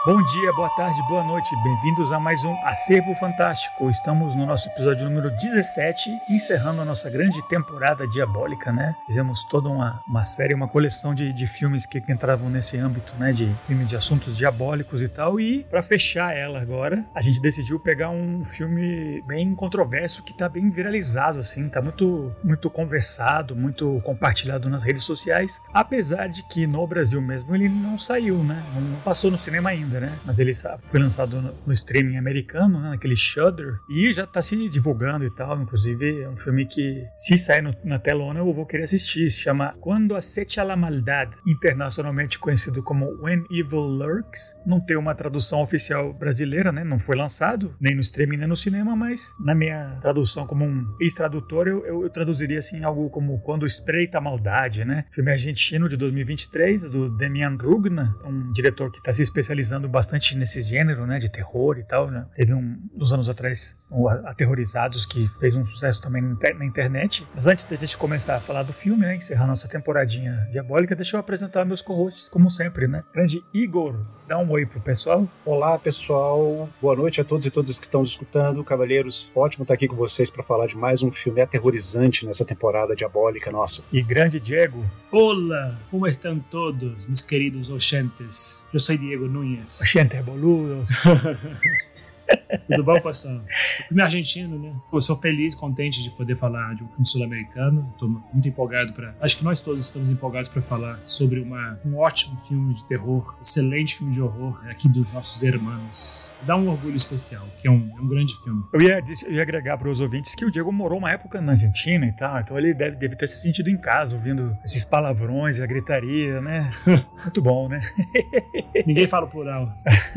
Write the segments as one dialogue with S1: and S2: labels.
S1: Bom dia, boa tarde, boa noite, bem-vindos a mais um Acervo Fantástico. Estamos no nosso episódio número 17, encerrando a nossa grande temporada diabólica, né? Fizemos toda uma série, uma coleção de filmes que entravam nesse âmbito, né? De filmes de assuntos diabólicos e tal. E para fechar ela agora, a gente decidiu pegar um filme bem controverso que tá bem viralizado, assim, tá muito conversado, muito compartilhado nas redes sociais, apesar de que no Brasil mesmo ele não saiu, né? Não passou no cinema ainda, né? Mas ele foi lançado no streaming americano, né? Naquele Shudder, e já tá se divulgando e tal. Inclusive é um filme que, se sair na telona, eu vou querer assistir. Se chama Quando Acecha la Maldad, internacionalmente conhecido como When Evil Lurks. Não tem uma tradução oficial brasileira, né? Não foi lançado nem no streaming nem no cinema, mas na minha tradução como um ex-tradutor eu traduziria assim algo como Quando Espreita a Maldade, né? Filme argentino de 2023 do Demian Rugna, um diretor que está se especializando bastante nesse gênero, né, de terror e tal, né? Teve uns anos atrás o Aterrorizados, que fez um sucesso também na internet. Mas antes da gente começar a falar do filme, né, encerrar nossa temporadinha diabólica, deixa eu apresentar meus co-hosts, como sempre, né? Grande Igor, dá um oi pro pessoal.
S2: Olá, pessoal. Boa noite a todos e todas que estão escutando. Cavalheiros, ótimo estar aqui com vocês para falar de mais um filme aterrorizante nessa temporada diabólica nossa.
S1: E grande Diego.
S3: Olá, como estão todos, meus queridos oyentes? Eu sou Diego Núñez.
S1: Oyentes boludos.
S3: Tudo bom, pessoal? O filme argentino, né? Eu sou feliz, contente de poder falar de um filme sul-americano. Estou muito empolgado para... Acho que nós todos estamos empolgados para falar sobre um ótimo filme de terror, excelente filme de horror aqui dos nossos irmãos. Dá um orgulho especial, que é um grande filme.
S1: Eu ia agregar para os ouvintes que o Diego morou uma época na Argentina e tal, então ele deve ter se sentido em casa, ouvindo esses palavrões, a gritaria, né? Muito bom, né?
S3: Ninguém fala o plural.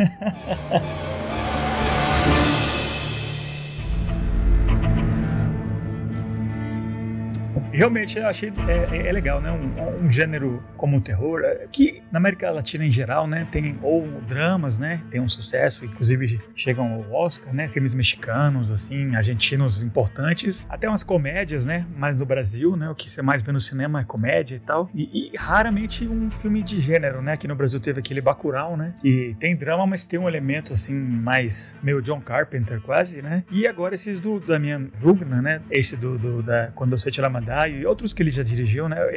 S1: Realmente eu achei legal, né? Um gênero como o terror, que na América Latina em geral, né, tem ou dramas, né, tem um sucesso, inclusive chegam ao Oscar, né, filmes mexicanos, assim, argentinos importantes, até umas comédias, né, mas no Brasil, né, o que você mais vê no cinema é comédia e tal, e raramente um filme de gênero, né, aqui no Brasil teve aquele Bacurau, né, que tem drama, mas tem um elemento, assim, mais meio John Carpenter quase, né, e agora esses do Damian Rugna, né, esse da Quando Acecha la Maldad e outros que ele já dirigiu, né?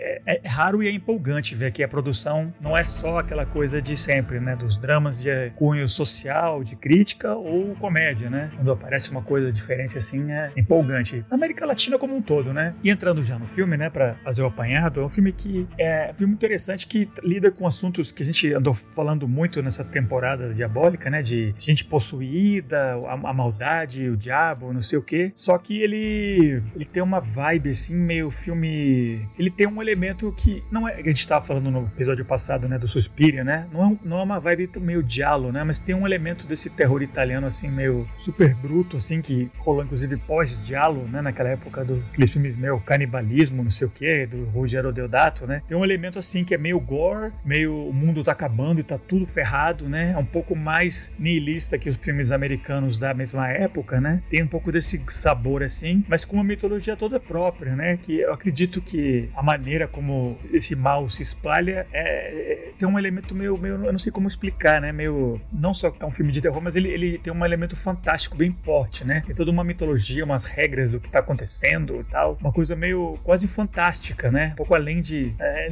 S1: É raro e é empolgante ver que a produção não é só aquela coisa de sempre, né? Dos dramas de cunho social, de crítica ou comédia, né? Quando aparece uma coisa diferente assim, é empolgante. Na América Latina como um todo, né? E entrando já no filme, né? Pra fazer o apanhado, é um filme que é um filme interessante que lida com assuntos que a gente andou falando muito nessa temporada diabólica, né? De gente possuída, a maldade, o diabo, não sei o quê. Só que ele tem uma vibe assim, meio filme... Ele tem um elemento que não é... A gente estava falando no episódio passado, né, do Suspiria, né? Não é uma vibe meio giallo, né? Mas tem um elemento desse terror italiano, assim, meio super bruto, assim, que rolou, inclusive, pós-giallo, né? Naquela época aqueles filmes meio canibalismo, não sei o quê, do Ruggero Deodato, né? Tem um elemento, assim, que é meio gore, meio o mundo tá acabando e tá tudo ferrado, né? É um pouco mais nihilista que os filmes americanos da mesma época, né? Tem um pouco desse sabor, assim, mas com uma mitologia toda própria, né? Que eu acredito que a maneira como esse mal se espalha tem um elemento meio, eu não sei como explicar, né? Meio, não só é um filme de terror, mas ele tem um elemento fantástico bem forte, né? Tem toda uma mitologia, umas regras do que tá acontecendo e tal, uma coisa meio quase fantástica, né? Um pouco além de...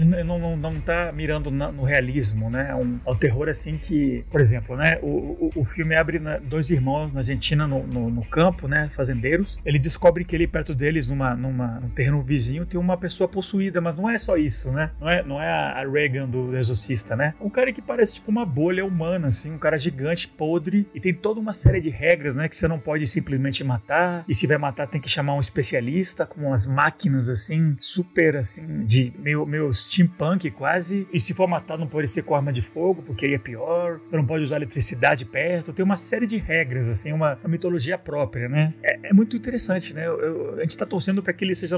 S1: não tá mirando no realismo, né? É um terror assim que, por exemplo, né? O filme abre dois irmãos na Argentina no campo, né? Fazendeiros. Ele descobre que ali perto deles, num terreno vizinho, tem uma pessoa possuída, mas não é só isso, né? Não é a Regan do Exorcista, né? Um cara que parece tipo uma bolha humana, assim, um cara gigante, podre, e tem toda uma série de regras, né? Que você não pode simplesmente matar, e se vai matar tem que chamar um especialista com umas máquinas, assim, super, assim, de meio steampunk quase, e se for matar não pode ser com arma de fogo, porque aí é pior, você não pode usar eletricidade perto, tem uma série de regras, assim, uma mitologia própria, né? É muito interessante, né? A gente tá torcendo para que ele seja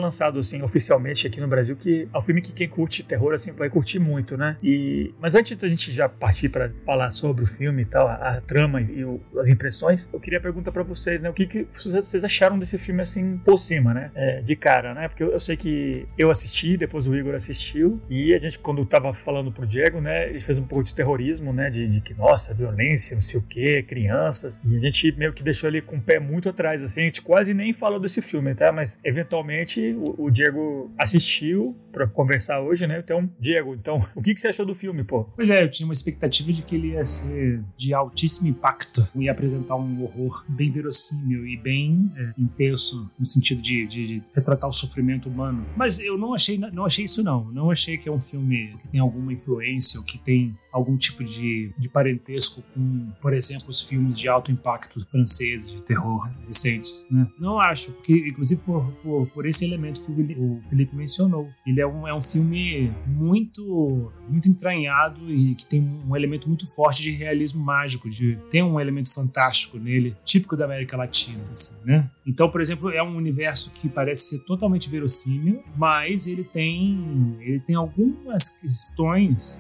S1: lançado, assim, oficialmente aqui no Brasil, que é um filme que quem curte terror, assim, vai curtir muito, né? Mas antes da gente já partir para falar sobre o filme e tal, a trama e as impressões, eu queria perguntar para vocês, né? O que vocês acharam desse filme, assim, por cima, né? De cara, né? Porque eu sei que eu assisti, depois o Igor assistiu, e a gente, quando tava falando pro Diego, né? Ele fez um pouco de terrorismo, né? De que, nossa, violência, não sei o quê, crianças, e a gente meio que deixou ele com o pé muito atrás, assim, a gente quase nem falou desse filme, tá? Mas, eventualmente, o Diego assistiu pra conversar hoje, né? Então, Diego, o que você achou do filme, pô?
S3: Pois é, eu tinha uma expectativa de que ele ia ser de altíssimo impacto, ia apresentar um horror bem verossímil e bem intenso, no sentido de retratar o sofrimento humano. Mas eu não achei isso, não. Não achei que é um filme que tem alguma influência ou que tem algum tipo de parentesco com, por exemplo, os filmes de alto impacto franceses de terror recentes, né? Não acho, porque, inclusive, por esse elemento que o Felipe mencionou. Ele é um filme muito, muito entranhado e que tem um elemento muito forte de realismo mágico, tem um elemento fantástico nele, típico da América Latina, assim, né? Então, por exemplo, é um universo que parece ser totalmente verossímil, mas ele tem algumas questões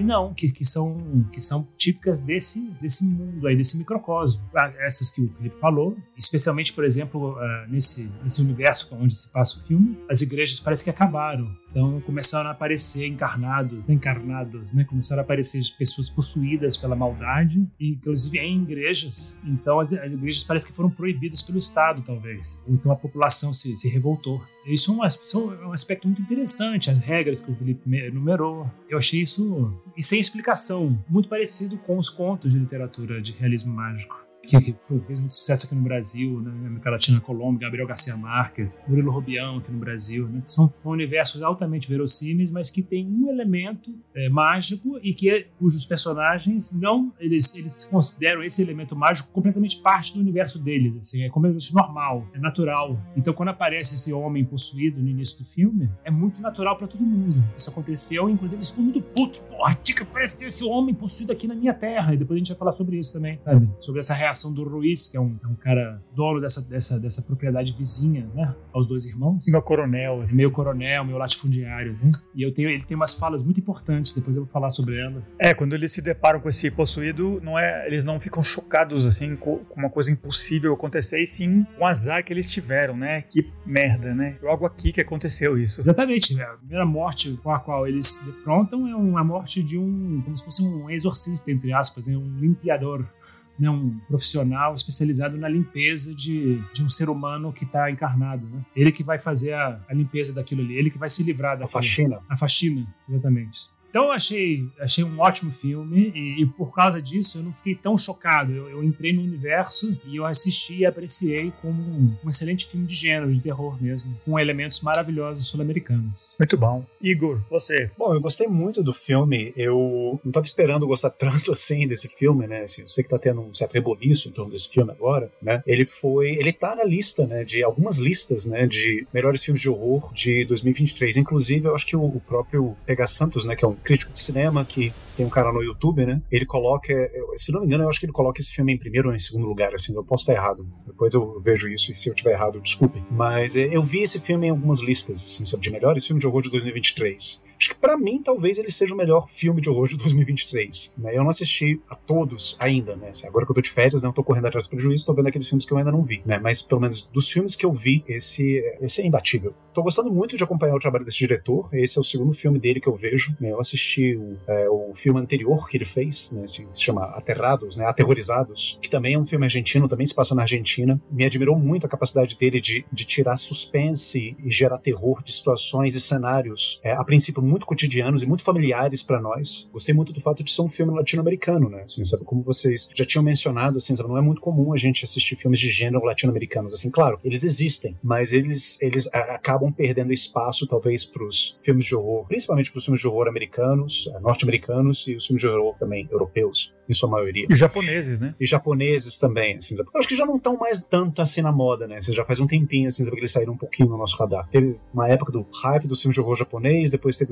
S3: que são típicas desse mundo aí, desse microcosmo. Essas que o Felipe falou, especialmente, por exemplo, nesse universo onde se passa o filme, as igrejas parece que acabaram. Então começaram a aparecer encarnados, né? Começaram a aparecer pessoas possuídas pela maldade, inclusive em igrejas. Então as igrejas parece que foram proibidas pelo Estado, talvez. Ou então a população se revoltou. Isso é um aspecto muito interessante, as regras que o Felipe enumerou. Eu achei isso, e sem explicação, muito parecido com os contos de literatura de realismo mágico, que fez muito sucesso aqui no Brasil, né? Na América Latina, Colômbia, Gabriel Garcia Marques, Murilo Rubião aqui no Brasil, né? São universos altamente verossímeis, mas que tem um elemento mágico e cujos personagens eles consideram esse elemento mágico completamente parte do universo deles, assim, é completamente normal, é natural. Então, quando aparece esse homem possuído no início do filme, é muito natural pra todo mundo. Isso aconteceu, inclusive eles ficam muito putos, porra, tinha que aparecer esse homem possuído aqui na minha terra, e depois a gente vai falar sobre isso também, sabe? Sobre essa reação do Ruiz, que é um cara dono dessa propriedade vizinha, né, aos dois irmãos.
S1: Meu coronel, assim.
S3: Meu coronel, meu latifundiário, assim. E ele tem umas falas muito importantes, depois eu vou falar sobre elas.
S1: Quando eles se deparam com esse possuído, eles não ficam chocados, assim, com uma coisa impossível acontecer, e sim um azar que eles tiveram, né? Que merda, né? Logo aqui que aconteceu isso.
S3: Exatamente. A primeira morte com a qual eles se defrontam é a morte de como se fosse um exorcista, entre aspas, né? Um limpiador, né, um profissional especializado na limpeza de um ser humano que está encarnado, né? Ele que vai fazer a limpeza daquilo ali, ele que vai se livrar da
S2: faxina.
S3: A faxina, exatamente. Então eu achei um ótimo filme e por causa disso eu não fiquei tão chocado. Eu entrei no universo e eu assisti e apreciei como um excelente filme de gênero, de terror mesmo, com elementos maravilhosos sul-americanos.
S1: Muito bom. Igor, você?
S2: Bom, eu gostei muito do filme. Eu não estava esperando gostar tanto assim desse filme, né? Assim, eu sei que tá tendo um certo reboliço em torno desse filme agora, né? Ele tá na lista, né? De algumas listas, né? De melhores filmes de horror de 2023. Inclusive, eu acho que o próprio Pega Santos, né? Que é um crítico de cinema, que tem um canal no YouTube, né? Ele coloca, se não me engano, eu acho que ele coloca esse filme em primeiro ou em segundo lugar, assim, eu posso estar errado. Depois eu vejo isso e se eu estiver errado, desculpem. Mas eu vi esse filme em algumas listas, assim, sabe, de melhores filmes de horror de 2023. Acho que pra mim, talvez ele seja o melhor filme de horror de 2023. Né? Eu não assisti a todos ainda, né? Assim, agora que eu tô de férias, né? Eu tô correndo atrás do prejuízo, tô vendo aqueles filmes que eu ainda não vi, né? Mas pelo menos dos filmes que eu vi, esse é imbatível. Tô gostando muito de acompanhar o trabalho desse diretor. Esse é o segundo filme dele que eu vejo. Né? Eu assisti o filme anterior que ele fez, né? Assim, se chama Aterrados, né? Aterrorizados, que também é um filme argentino, também se passa na Argentina. Me admirou muito a capacidade dele de tirar suspense e gerar terror de situações e cenários, a princípio muito cotidianos e muito familiares pra nós. Gostei muito do fato de ser um filme latino-americano, né? Assim, sabe, como vocês já tinham mencionado, assim, sabe, não é muito comum a gente assistir filmes de gênero latino-americanos. Assim, claro, eles existem, mas eles acabam perdendo espaço, talvez, pros filmes de horror, principalmente pros filmes de horror americanos, norte-americanos e os filmes de horror também europeus, em sua maioria.
S1: E japoneses, né?
S2: E japoneses também, assim, sabe? Eu acho que já não estão mais tanto assim na moda, né? Assim, já faz um tempinho, assim, sabe, que eles saíram um pouquinho no nosso radar. Teve uma época do hype dos filmes de horror japonês, depois teve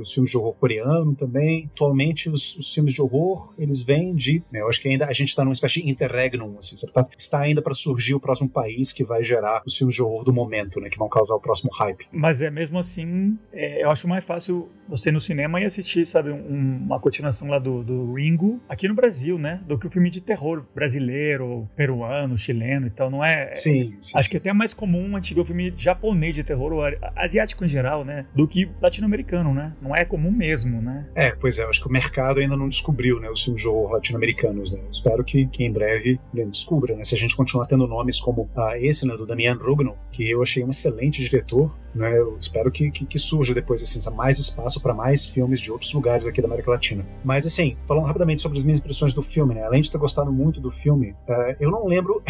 S2: os filmes de horror coreano também. Atualmente, os filmes de horror, eles vêm de... Eu acho que ainda a gente está numa espécie de interregnum, assim, está ainda para surgir o próximo país que vai gerar os filmes de horror do momento, né, que vão causar o próximo hype.
S1: Mas mesmo assim, eu acho mais fácil você ir no cinema e assistir, sabe, uma continuação lá do Ringo, aqui no Brasil, né, do que o filme de terror brasileiro, peruano, chileno e tal, não é?
S2: Sim.
S1: Acho que até é mais comum a gente ver o filme japonês de terror, ou asiático em geral, né, do que latino-americano, né? Não é comum mesmo, né?
S2: Pois é, eu acho que o mercado ainda não descobriu, né, os filmes de horror latino-americanos, né? Eu espero que em breve descubra, né? Se a gente continuar tendo nomes como esse, né, do Damian Rugno, que eu achei um excelente diretor, né? Eu espero que surja depois, assim, mais espaço para mais filmes de outros lugares aqui da América Latina. Mas, assim, falando rapidamente sobre as minhas impressões do filme, né? Além de ter gostado muito do filme, eu não lembro...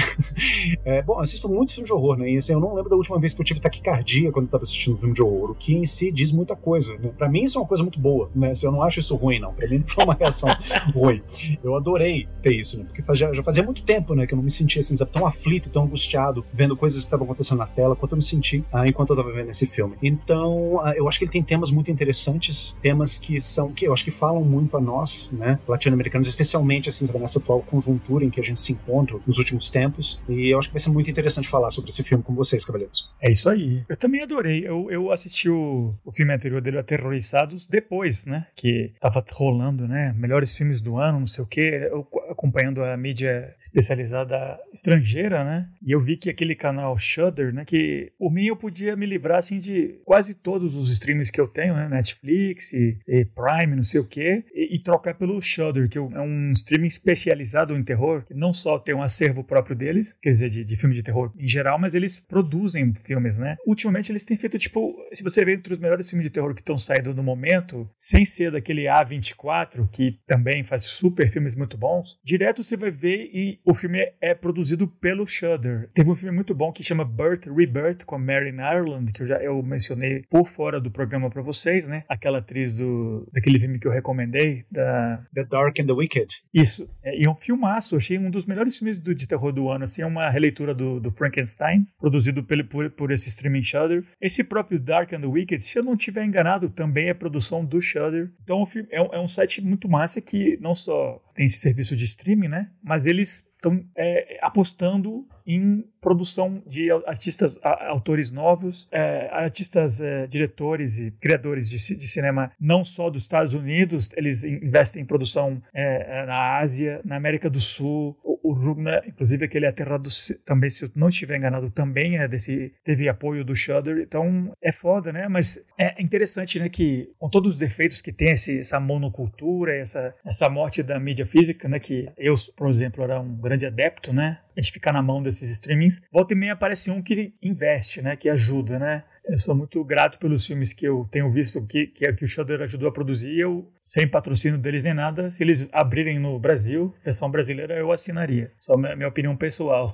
S2: bom, assisto muitos filmes de horror, né? E, assim, eu não lembro da última vez que eu tive taquicardia quando eu estava assistindo um filme de horror, o que em si diz muita coisa, né? Pra mim isso é uma coisa muito boa, né? Assim, eu não acho isso ruim, não. Pra mim não foi uma reação ruim. Eu adorei ter isso, né? Porque já fazia muito tempo, né, que eu não me sentia assim, tão aflito, tão angustiado, vendo coisas que estavam acontecendo na tela, quanto eu me senti enquanto eu estava vendo esse filme. Então, eu acho que ele tem temas muito interessantes, temas que eu acho que falam muito a nós, né, latino-americanos, especialmente assim, nessa atual conjuntura em que a gente se encontra nos últimos tempos, e eu acho que vai ser muito interessante falar sobre esse filme com vocês, cavalheiros.
S1: É isso aí. Eu também adorei. Eu assisti o filme anterior dele, Aterrorizados, depois, né, que tava rolando, né, melhores filmes do ano, não sei o quê, eu acompanhando a mídia especializada estrangeira, né, e eu vi que aquele canal Shudder, né, que por mim eu podia me livrar, assim, de quase todos os streams que eu tenho, né, Netflix e Prime, não sei o quê, e trocar pelo Shudder, que é um streaming especializado em terror, que não só tem um acervo próprio deles, quer dizer, de filme de terror em geral, mas eles produzem filmes, né. Ultimamente eles têm feito, tipo, se você vê entre os melhores filmes de terror que estão saindo no momento, sem ser daquele A24, que também faz super filmes muito bons, direto você vai ver e o filme é produzido pelo Shudder. Teve um filme muito bom que chama Birth, Rebirth, com a Mary Ireland, que eu mencionei por fora do programa pra vocês, né? Aquela atriz daquele filme que eu recomendei,
S2: The Dark and the Wicked.
S1: Isso. E é um filmaço. Achei um dos melhores filmes de terror do ano. Assim, é uma releitura do Frankenstein, produzido por esse streaming Shudder. Esse próprio Dark and the Wicked, se eu não estiver enganado, também é produção do Shudder. Então, o filme é um site muito massa que não só tem esse serviço de streaming, né? Mas eles estão apostando em produção de artistas, autores novos, artistas, diretores e criadores de cinema não só dos Estados Unidos, eles investem em produção na Ásia, na América do Sul. O Rugna, inclusive aquele Aterrado também, se eu não estiver enganado, também teve apoio do Shudder. Então é foda, né? Mas é interessante, né, que com todos os defeitos que tem essa monocultura, essa morte da mídia física, né, que eu, por exemplo, era um grande adepto, né, a gente ficar na mão desses streamings, volta e meia aparece um que investe, né, que ajuda, né. Eu sou muito grato pelos filmes que eu tenho visto que o Shudder ajudou a produzir. Eu, sem patrocínio deles nem nada, se eles abrirem no Brasil, versão brasileira, eu assinaria. Só minha opinião pessoal.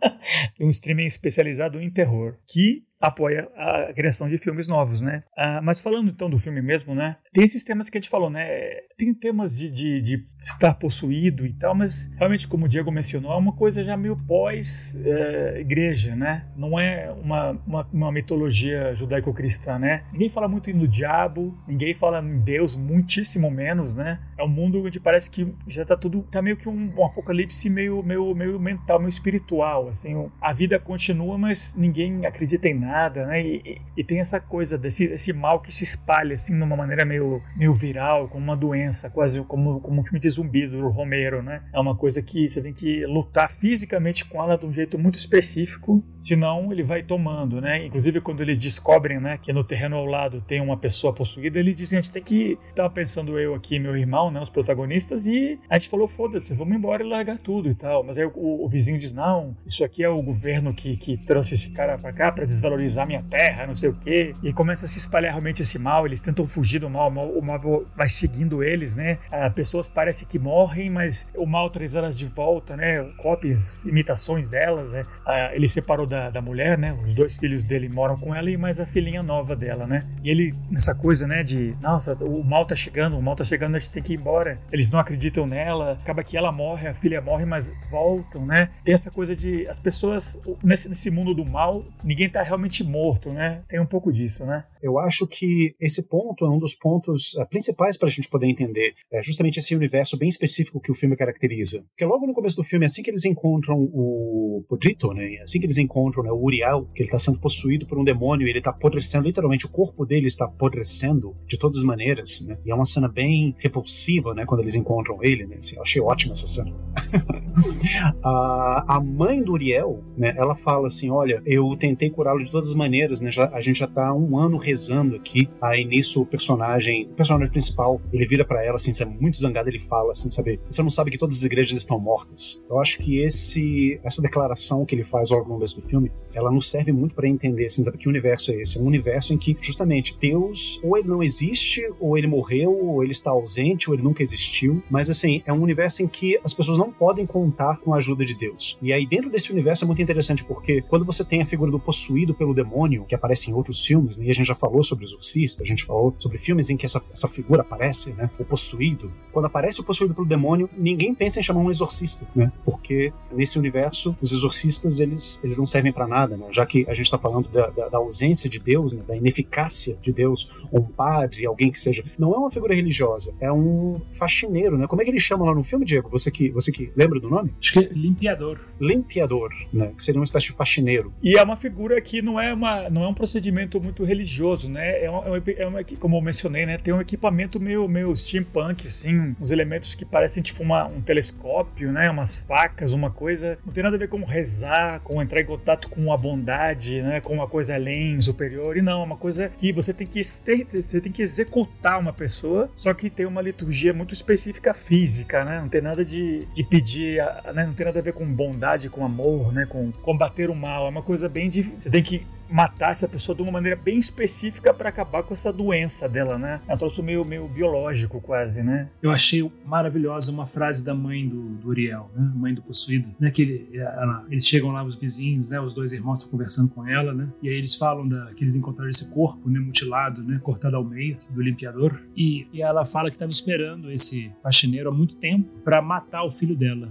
S1: Um streaming especializado em terror, que apoia a criação de filmes novos, né? Mas falando então do filme mesmo, né? Tem esses temas que a gente falou, né? Tem temas de estar possuído e tal, mas realmente, como o Diego mencionou, é uma coisa já meio pós-igreja, né? Não é uma mitologia judaico-cristã, né? Ninguém fala muito no diabo, ninguém fala em Deus, muitíssimo menos, né? É um mundo onde parece que já tá meio que um apocalipse meio mental, meio espiritual, assim. A vida continua, mas ninguém acredita em nada, né? E tem essa coisa desse mal que se espalha assim de uma maneira meio viral, como uma doença, quase como um filme de zumbis do Romero, né? É uma coisa que você tem que lutar fisicamente com ela de um jeito muito específico, senão ele vai tomando, né? Inclusive quando eles descobrem, né, que no terreno ao lado tem uma pessoa possuída, eles dizem, a gente tem que... Tava pensando eu aqui, meu irmão, né, os protagonistas, e a gente falou, foda-se, vamos embora e largar tudo e tal. Mas aí o vizinho diz, não, isso aqui é o governo que trouxe esse cara pra cá pra desvalorizar minha terra, não sei o quê. E começa a se espalhar realmente esse mal, eles tentam fugir do mal, o mal vai seguindo eles, né? Pessoas parecem que morrem, mas o mal traz elas de volta, né? Cópias, imitações delas, né? Ele separou da mulher, né? Os 2 filhos dele moram com ela e mais a filhinha nova dela, né? E ele, nessa coisa, né, de, nossa, o mal tá chegando, a gente tem que ir embora. Eles não acreditam nela, acaba que ela morre, a filha morre, mas voltam, né? Tem essa coisa de que as pessoas, nesse mundo do mal, ninguém tá realmente morto, né? Tem um pouco disso, né?
S2: Eu acho que esse ponto é um dos pontos principais para a gente poder entender justamente esse universo bem específico que o filme caracteriza. Porque logo no começo do filme, assim que eles encontram o Podrito, né? Assim que eles encontram, né, o Uriel, que ele está sendo possuído por um demônio e ele está apodrecendo, literalmente o corpo dele está apodrecendo de todas as maneiras, né? E é uma cena bem repulsiva, né? Quando eles encontram ele, né? Assim, eu achei ótima essa cena. A mãe do Uriel, né? Ela fala assim, olha, eu tentei curá-lo de todas as maneiras, né? A gente já está há um ano rezando aqui. Aí nisso o personagem principal, ele vira pra ela assim, muito zangado, ele fala assim, sabe, você não sabe que todas as igrejas estão mortas. Eu acho que essa declaração que ele faz ao longo do filme, ela nos serve muito pra entender, assim, sabe, que universo é esse? É um universo em que, justamente, Deus, ou ele não existe, ou ele morreu, ou ele está ausente, ou ele nunca existiu, mas assim, é um universo em que as pessoas não podem contar com a ajuda de Deus. E aí dentro desse universo é muito interessante, porque quando você tem a figura do possuído pelo demônio, que aparece em outros filmes, né, e a gente já falou sobre o Exorcista, a gente falou sobre filmes em que essa figura aparece, né, o possuído. Quando aparece o possuído pelo demônio, ninguém pensa em chamar um exorcista, né, porque nesse universo, os exorcistas, eles não servem pra nada, né, já que a gente tá falando da ausência de Deus, né, da ineficácia de Deus, um padre, alguém que seja, não é uma figura religiosa, é um faxineiro, né, como é que ele chama lá no filme, Diego? Você que lembra do nome?
S3: Acho que é limpiador.
S2: Limpiador, né, que seria uma espécie de faxineiro.
S1: E é uma figura que não é um procedimento muito religioso, né, como eu mencionei, né, tem um equipamento meio steampunk, assim, uns elementos que parecem tipo um telescópio, né, umas facas, uma coisa, não tem nada a ver com rezar, com entrar em contato com a bondade, né, com uma coisa além, superior, e não, é uma coisa que você tem que executar uma pessoa, só que tem uma liturgia muito específica física, né, não tem nada de pedir, né, não tem nada a ver com bondade, com amor, né, com combater o mal, é uma coisa bem difícil, você tem que matar essa pessoa de uma maneira bem específica para acabar com essa doença dela, né? É um troço meio biológico quase, né?
S3: Eu achei maravilhosa uma frase da mãe do Uriel, né? Mãe do possuído, né? Que eles chegam lá, os vizinhos, né? Os dois irmãos estão conversando com ela, né? E aí eles falam que eles encontraram esse corpo, né? Mutilado, né? Cortado ao meio do limpiador. E ela fala que estava esperando esse faxineiro há muito tempo para matar o filho dela.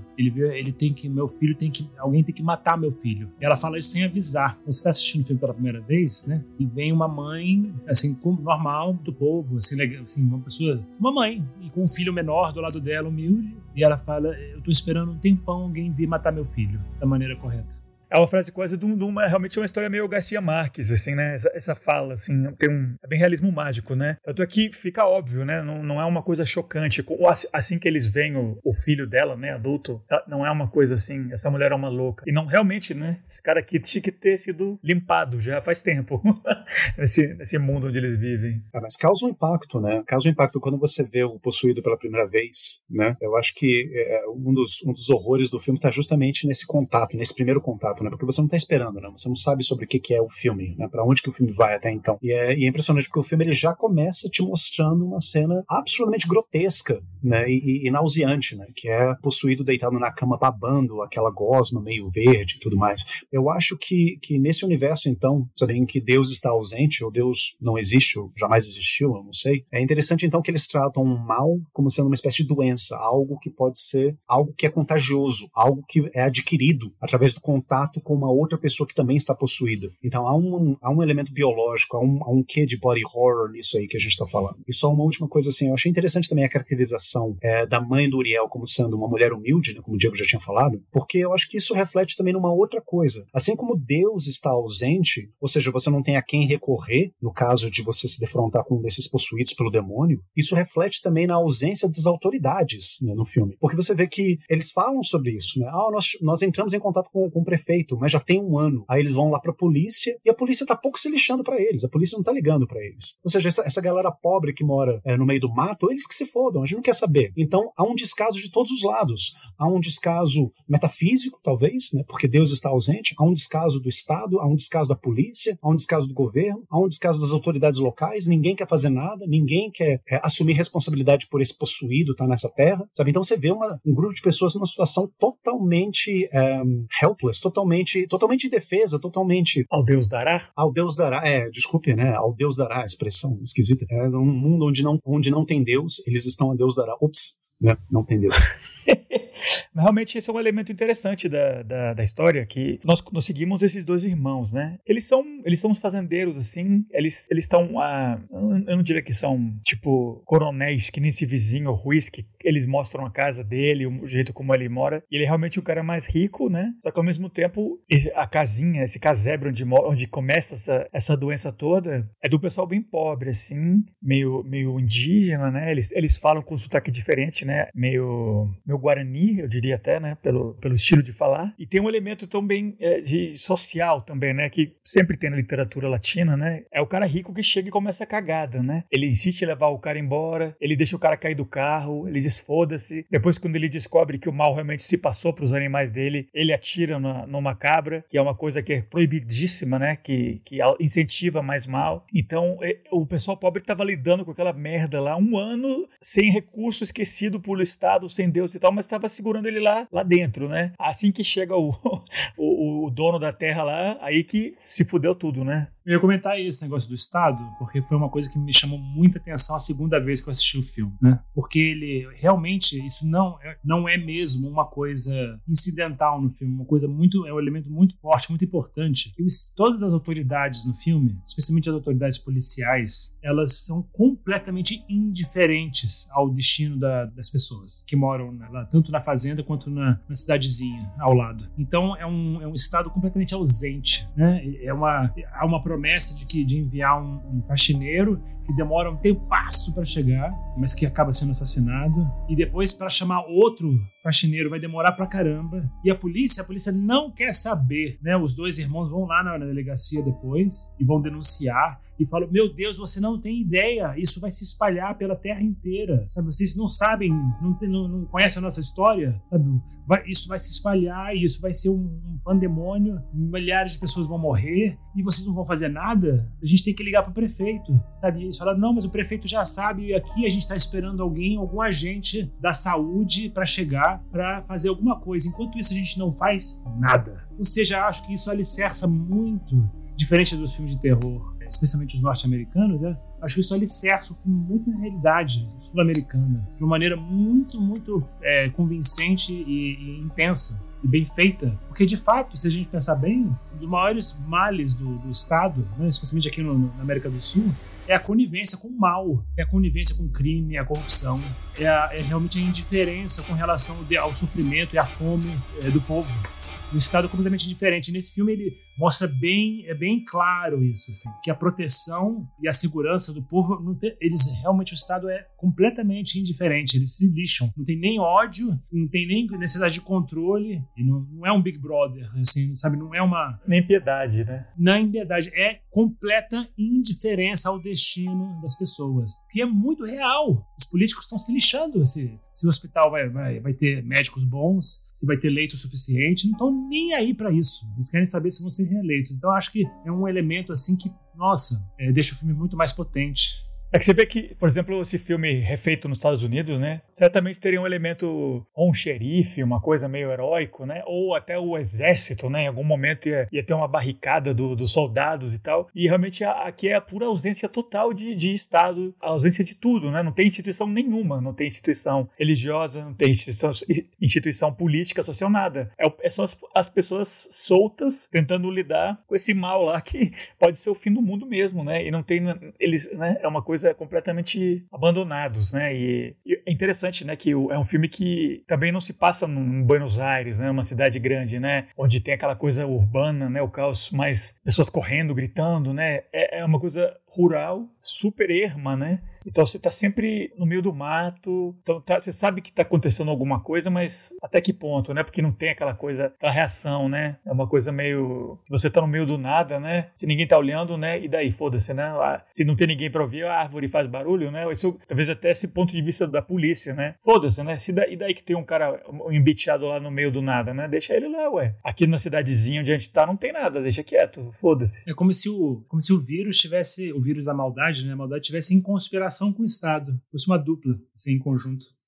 S3: Alguém tem que matar meu filho. E ela fala isso sem avisar. Você está assistindo o filme pela primeira vez, né? E vem uma mãe, assim, normal do povo, assim, legal, assim, uma mãe, e com um filho menor do lado dela, humilde, e ela fala, eu tô esperando um tempão alguém vir matar meu filho, da maneira correta.
S1: É uma frase quase realmente uma história meio Garcia Marques, assim, né? Essa fala, assim, é bem realismo mágico, né? Tanto aqui fica óbvio, né? Não é uma coisa chocante. Assim que eles veem o filho dela, né, adulto, não é uma coisa assim, essa mulher é uma louca. E não, realmente, né? Esse cara aqui tinha que ter sido limpado já faz tempo, nesse mundo onde eles vivem.
S2: Mas causa um impacto, né? Causa um impacto quando você vê o possuído pela primeira vez, né? Eu acho que um dos horrores do filme tá justamente nesse contato, nesse primeiro contato, né? Porque você não tá esperando, né? Você não sabe sobre o que é o filme, né? Pra onde que o filme vai até então. E é impressionante porque o filme ele já começa te mostrando uma cena absolutamente grotesca, né? E nauseante, né? Que é possuído deitado na cama babando aquela gosma meio verde e tudo mais. Eu acho que nesse universo, então, sabe, em que Deus está ausente, ou Deus não existe, ou jamais existiu, eu não sei, é interessante então que eles tratam o mal como sendo uma espécie de doença, algo que pode ser algo que é contagioso, algo que é adquirido através do contato com uma outra pessoa que também está possuída. Então há um elemento biológico, há um quê de body horror nisso aí que a gente está falando. E só uma última coisa assim, eu achei interessante também a caracterização da mãe do Uriel como sendo uma mulher humilde, né, como o Diego já tinha falado, porque eu acho que isso reflete também numa outra coisa. Assim como Deus está ausente, ou seja, você não tem a quem recorrer, no caso de você se defrontar com um desses possuídos pelo demônio, isso reflete também na ausência das autoridades, né, no filme. Porque você vê que eles falam sobre isso, né? Nós entramos em contato com o prefeito, mas já tem um ano. Aí eles vão lá pra polícia e a polícia tá pouco se lixando pra eles. A polícia não tá ligando pra eles. Ou seja, essa galera pobre que mora no meio do mato, eles que se fodam, a gente não quer saber. Então há um descaso de todos os lados. Há um descaso metafísico, talvez, né? Porque Deus está ausente. Há um descaso do Estado, há um descaso da polícia, há um descaso do governo, há um descaso das autoridades locais. Ninguém quer fazer nada, ninguém quer assumir responsabilidade por esse possuído estar nessa terra, sabe? Então você vê um grupo de pessoas numa situação totalmente helpless, totalmente indefesa, totalmente...
S1: Ao Deus dará?
S2: Ao Deus dará, desculpe, né? Ao Deus dará, a expressão esquisita. Num mundo onde não tem Deus, eles estão a Deus dará. Ops, né? Não tem Deus.
S1: Mas realmente esse é um elemento interessante da história, que nós seguimos esses dois irmãos, né? Eles são uns fazendeiros, assim, eles estão, eu não diria que são, tipo, coronéis, que nem esse vizinho Ruiz, que eles mostram a casa dele, o jeito como ele mora, e ele é realmente o cara mais rico, né? Só que ao mesmo tempo, a casinha, esse casebre onde começa essa doença toda, é do pessoal bem pobre, assim, meio indígena, né? Eles falam com um sotaque diferente, né? Meio guarani, eu diria até, né? Pelo estilo de falar. E tem um elemento também de social também, né? Que sempre tem na literatura latina, né? É o cara rico que chega e começa a cagada, né? Ele insiste em levar o cara embora, ele deixa o cara cair do carro, ele diz foda-se. Depois, quando ele descobre que o mal realmente se passou para os animais dele, ele atira numa cabra, que é uma coisa que é proibidíssima, né? Que incentiva mais mal. Então, o pessoal pobre estava lidando com aquela merda lá, um ano sem recurso, esquecido pelo Estado, sem Deus e tal, mas estava segurando ele lá dentro, né? Assim que chega o dono da terra lá, aí que se fudeu tudo, né?
S3: Eu ia comentar esse negócio do Estado, porque foi uma coisa que me chamou muita atenção a segunda vez que eu assisti o filme, né? Porque ele, realmente, isso não é mesmo uma coisa incidental no filme, é um elemento muito forte, muito importante, que todas as autoridades no filme, especialmente as autoridades policiais, elas são completamente indiferentes ao destino das pessoas que moram lá, tanto na fazenda quanto na cidadezinha ao lado. Então, é um Estado completamente ausente, né? Há uma promessa de enviar um faxineiro que demora um tempasso para chegar, mas que acaba sendo assassinado, e depois para chamar outro faxineiro vai demorar pra caramba, e a polícia não quer saber, né? Os dois irmãos vão lá na delegacia depois e vão denunciar e falam, meu Deus, você não tem ideia, isso vai se espalhar pela terra inteira, sabe? Vocês não sabem, não conhecem a nossa história, sabe? Isso vai se espalhar e isso vai ser um pandemônio, milhares de pessoas vão morrer e vocês não vão fazer nada? A gente tem que ligar pro prefeito, sabe? E eles falaram, não, mas o prefeito já sabe, e aqui a gente tá esperando algum agente da saúde para chegar, para fazer alguma coisa. Enquanto isso, a gente não faz nada. Ou seja, acho que isso alicerça muito, diferente dos filmes de terror, especialmente os norte-americanos, né? Acho que isso alicerça o filme muito na realidade sul-americana, de uma maneira muito, muito convincente e intensa e bem feita. Porque, de fato, se a gente pensar bem, um dos maiores males do Estado, né, especialmente aqui na América do Sul, é a conivência com o mal, é a conivência com o crime, é a corrupção, é realmente a indiferença com relação ao sofrimento e à fome do povo. Um Estado completamente diferente. Nesse filme ele mostra bem claro isso, assim, que a proteção e a segurança do povo, realmente o Estado é completamente indiferente, eles se lixam, não tem nem ódio, não tem nem necessidade de controle, e não é um Big Brother, assim, sabe, não é uma...
S1: Nem piedade, né?
S3: Não é piedade, é completa indiferença ao destino das pessoas, que é muito real. Os políticos estão se lixando se o hospital vai ter médicos bons, se vai ter leito suficiente, não estão nem aí para isso. Eles querem saber se vão ser reeleitos. Então acho que é um elemento assim que, nossa, deixa o filme muito mais potente.
S1: É que você vê que, por exemplo, esse filme refeito nos Estados Unidos, né? Certamente teria um elemento, ou um xerife, uma coisa meio heróico, né? Ou até o exército, né? Em algum momento ia ter uma barricada dos soldados e tal. E realmente aqui é a pura ausência total de Estado, a ausência de tudo, né? Não tem instituição nenhuma, não tem instituição religiosa, não tem instituição política, social, nada. É só as pessoas soltas tentando lidar com esse mal lá que pode ser o fim do mundo mesmo, né? E não tem... Eles, né? É uma coisa completamente abandonados, né? E é interessante, né, que é um filme que também não se passa em Buenos Aires, né, uma cidade grande, né, onde tem aquela coisa urbana, né, o caos, mais pessoas correndo, gritando, né? É uma coisa rural, super erma, né? Então você tá sempre no meio do mato, então você sabe que tá acontecendo alguma coisa, mas até que ponto, né? Porque não tem aquela coisa, aquela reação, né? É uma coisa meio... Se você tá no meio do nada, né? Se ninguém tá olhando, né? E daí, foda-se, né? Se não tem ninguém pra ouvir, a árvore faz barulho, né? Isso, talvez até esse ponto de vista da polícia, né? Foda-se, né? E daí que tem um cara embichado lá no meio do nada, né? Deixa ele lá, ué. Aqui na cidadezinha onde a gente tá não tem nada, deixa quieto, foda-se.
S3: É como se o vírus tivesse... O vírus da maldade, né? A maldade tivesse em conspiração com o Estado. Fosse uma dupla, assim, em conjunto.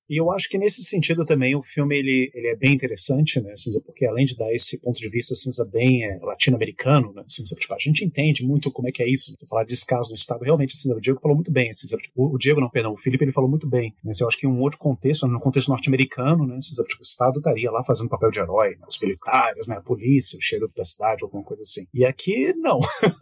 S2: E eu acho que nesse sentido também o filme ele é bem interessante, né, assim, porque além de dar esse ponto de vista assim, bem latino-americano, né, assim, tipo, a gente entende muito como é que é isso, né, você falar de descaso no Estado, realmente, assim, o Diego falou muito bem, assim, o Diego não, perdão, o Felipe ele falou muito bem, né, assim, eu acho que em um outro contexto, no contexto norte-americano, né, assim, tipo, o Estado estaria lá fazendo papel de herói, né, os militares, né, a polícia, o xerife da cidade, alguma coisa assim. E aqui, não.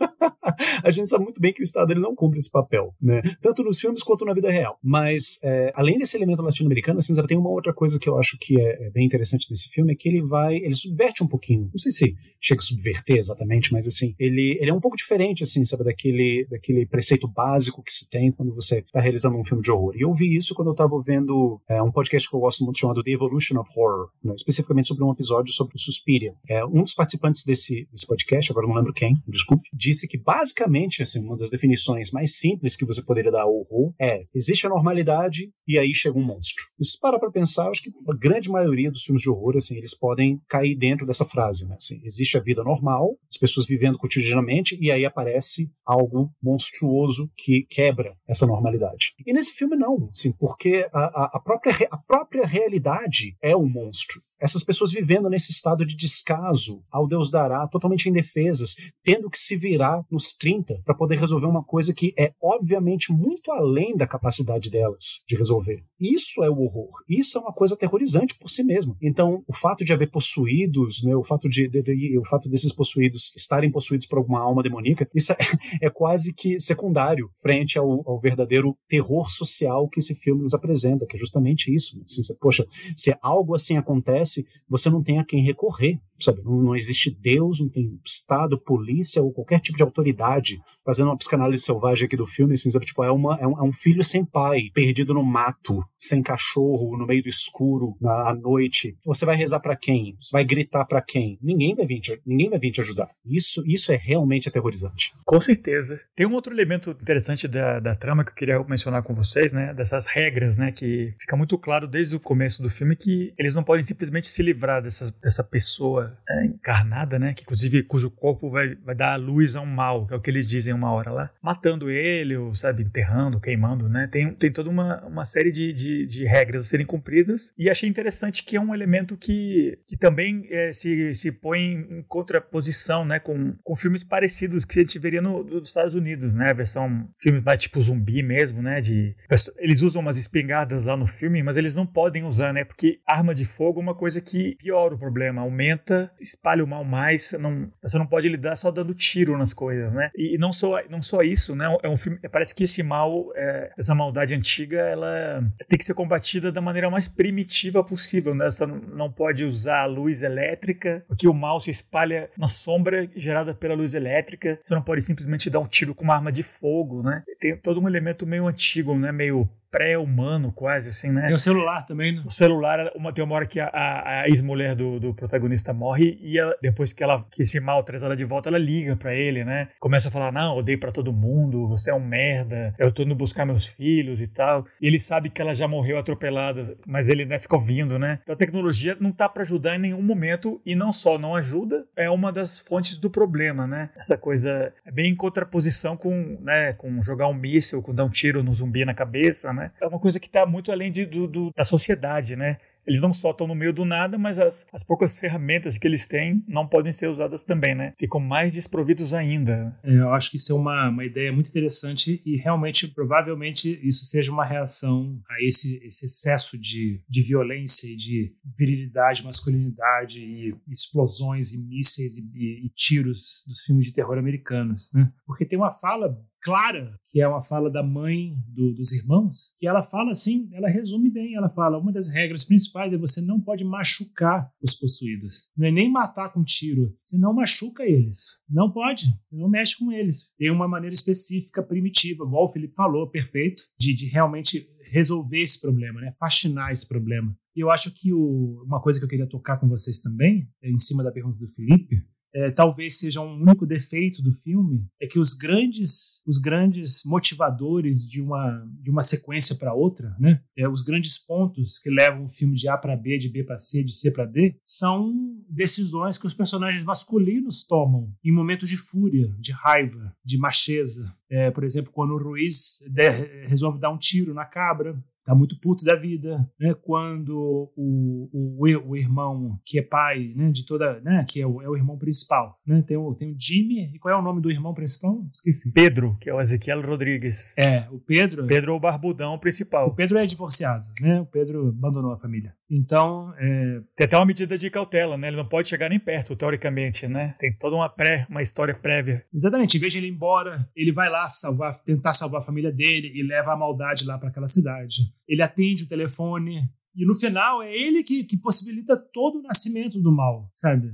S2: A gente sabe muito bem que o Estado ele não cumpre esse papel, né? Tanto nos filmes quanto na vida real. Mas, além desse elemento latino-americano, assim, tem uma outra coisa que eu acho que é bem interessante desse filme, é que ele subverte um pouquinho. Não sei se chega a subverter exatamente, mas assim, ele é um pouco diferente, assim, sabe, daquele preceito básico que se tem quando você está realizando um filme de horror. E eu vi isso quando eu estava vendo um podcast que eu gosto muito chamado The Evolution of Horror, né? Especificamente sobre um episódio sobre o Suspiria. Um dos participantes desse podcast, agora eu não lembro quem, desculpe, disse que basicamente, assim, uma das definições mais simples que você poderia dar ao horror existe a normalidade e aí chega um monstro. Isso, para pensar, acho que a grande maioria dos filmes de horror, assim, eles podem cair dentro dessa frase, né? Assim, existe a vida normal, as pessoas vivendo cotidianamente e aí aparece algo monstruoso que quebra essa normalidade. E nesse filme não, assim, porque a própria realidade é um monstro. Essas pessoas vivendo nesse estado de descaso ao Deus dará, totalmente indefesas, tendo que se virar nos 30 para poder resolver uma coisa que é obviamente muito além da capacidade delas de resolver. Isso é o horror. Isso é uma coisa aterrorizante por si mesmo. Então, o fato de haver possuídos, né, o fato desses possuídos estarem possuídos por alguma alma demoníaca, isso é quase que secundário frente ao verdadeiro terror social que esse filme nos apresenta, que é justamente isso. Assim, poxa, se algo assim acontece, você não tem a quem recorrer, sabe? Não existe Deus, não tem Estado, polícia ou qualquer tipo de autoridade. Fazendo uma psicanálise selvagem aqui do filme, assim, sabe? Tipo, é um filho sem pai, perdido no mato, sem cachorro, no meio do escuro, à noite. Você vai rezar pra quem? Você vai gritar pra quem? Ninguém vai vir te ajudar. Isso é realmente aterrorizante.
S1: Com certeza. Tem um outro elemento interessante da trama que eu queria mencionar com vocês, né? Dessas regras, né? Que fica muito claro desde o começo do filme que eles não podem simplesmente se livrar dessa pessoa encarnada, né? Que inclusive cujo corpo vai dar a luz a um mal, que é o que eles dizem uma hora lá, matando ele, ou sabe, enterrando, queimando, né? Tem toda uma série de regras a serem cumpridas, e achei interessante que é um elemento que também se põe em contraposição, né? Com filmes parecidos que a gente veria nos Estados Unidos, né? A versão filmes mais tipo zumbi mesmo, né? Eles usam umas espingardas lá no filme, mas eles não podem usar, né? Porque arma de fogo é uma coisa que piora o problema, aumenta, espalha o mal mais, você não pode lidar só dando tiro nas coisas, né? E não só isso, né? É um filme, parece que esse mal, essa maldade antiga, ela tem que ser combatida da maneira mais primitiva possível, né? Você não pode usar a luz elétrica, porque o mal se espalha na sombra gerada pela luz elétrica, você não pode simplesmente dar um tiro com uma arma de fogo, né? Tem todo um elemento meio antigo, né? Meio pré-humano quase, assim, né?
S3: Tem o celular também, né?
S1: O celular, tem uma hora que a ex-mulher do protagonista morre e depois que esse mal traz ela de volta, ela liga pra ele, né? Começa a falar, não, odeio pra todo mundo, você é um merda, eu tô indo buscar meus filhos e tal. E ele sabe que ela já morreu atropelada, mas ele, né, fica ouvindo, né? Então a tecnologia não tá pra ajudar em nenhum momento e não só não ajuda, é uma das fontes do problema, né? Essa coisa é bem em contraposição com jogar um míssil, com dar um tiro no zumbi na cabeça, né? É uma coisa que está muito além da sociedade, né? Eles não só estão no meio do nada, mas as poucas ferramentas que eles têm não podem ser usadas também, né? Ficam mais desprovidos ainda.
S3: Eu acho que isso é uma ideia muito interessante e realmente, provavelmente, isso seja uma reação a esse excesso de violência e de virilidade, masculinidade e explosões e mísseis e tiros dos filmes de terror americanos, né? Porque tem uma fala clara, que é uma fala da mãe dos irmãos, que ela fala assim, ela resume bem, ela fala, uma das regras principais é você não pode machucar os possuídos. Não é nem matar com tiro, você não machuca eles. Não pode, você não mexe com eles. Tem uma maneira específica, primitiva, igual o Felipe falou, perfeito, de realmente resolver esse problema, né? Faxinar esse problema. E eu acho que uma coisa que eu queria tocar com vocês também, em cima da pergunta do Felipe, talvez seja um único defeito do filme, é que os grandes motivadores de uma sequência para outra, né? Os grandes pontos que levam o filme de A para B, de B para C, de C para D, são decisões que os personagens masculinos tomam em momentos de fúria, de raiva, de macheza. Por exemplo, quando o Ruiz resolve dar um tiro na cabra, tá muito puto da vida, né? Quando o irmão que é pai, né, de toda, né, que é o irmão principal, né? Tem o Jimmy, e qual é o nome do irmão principal? Esqueci.
S1: Pedro, que é o Ezequiel Rodrigues.
S3: O Pedro.
S1: Pedro é o barbudão principal.
S3: O Pedro é divorciado, né? O Pedro abandonou a família. Então,
S1: tem até uma medida de cautela, né? Ele não pode chegar nem perto, teoricamente, né? Tem toda uma história prévia.
S3: Exatamente. Em vez de ele ir embora, ele vai lá tentar salvar a família dele e leva a maldade lá para aquela cidade. Ele atende o telefone e no final é ele que possibilita todo o nascimento do mal, sabe?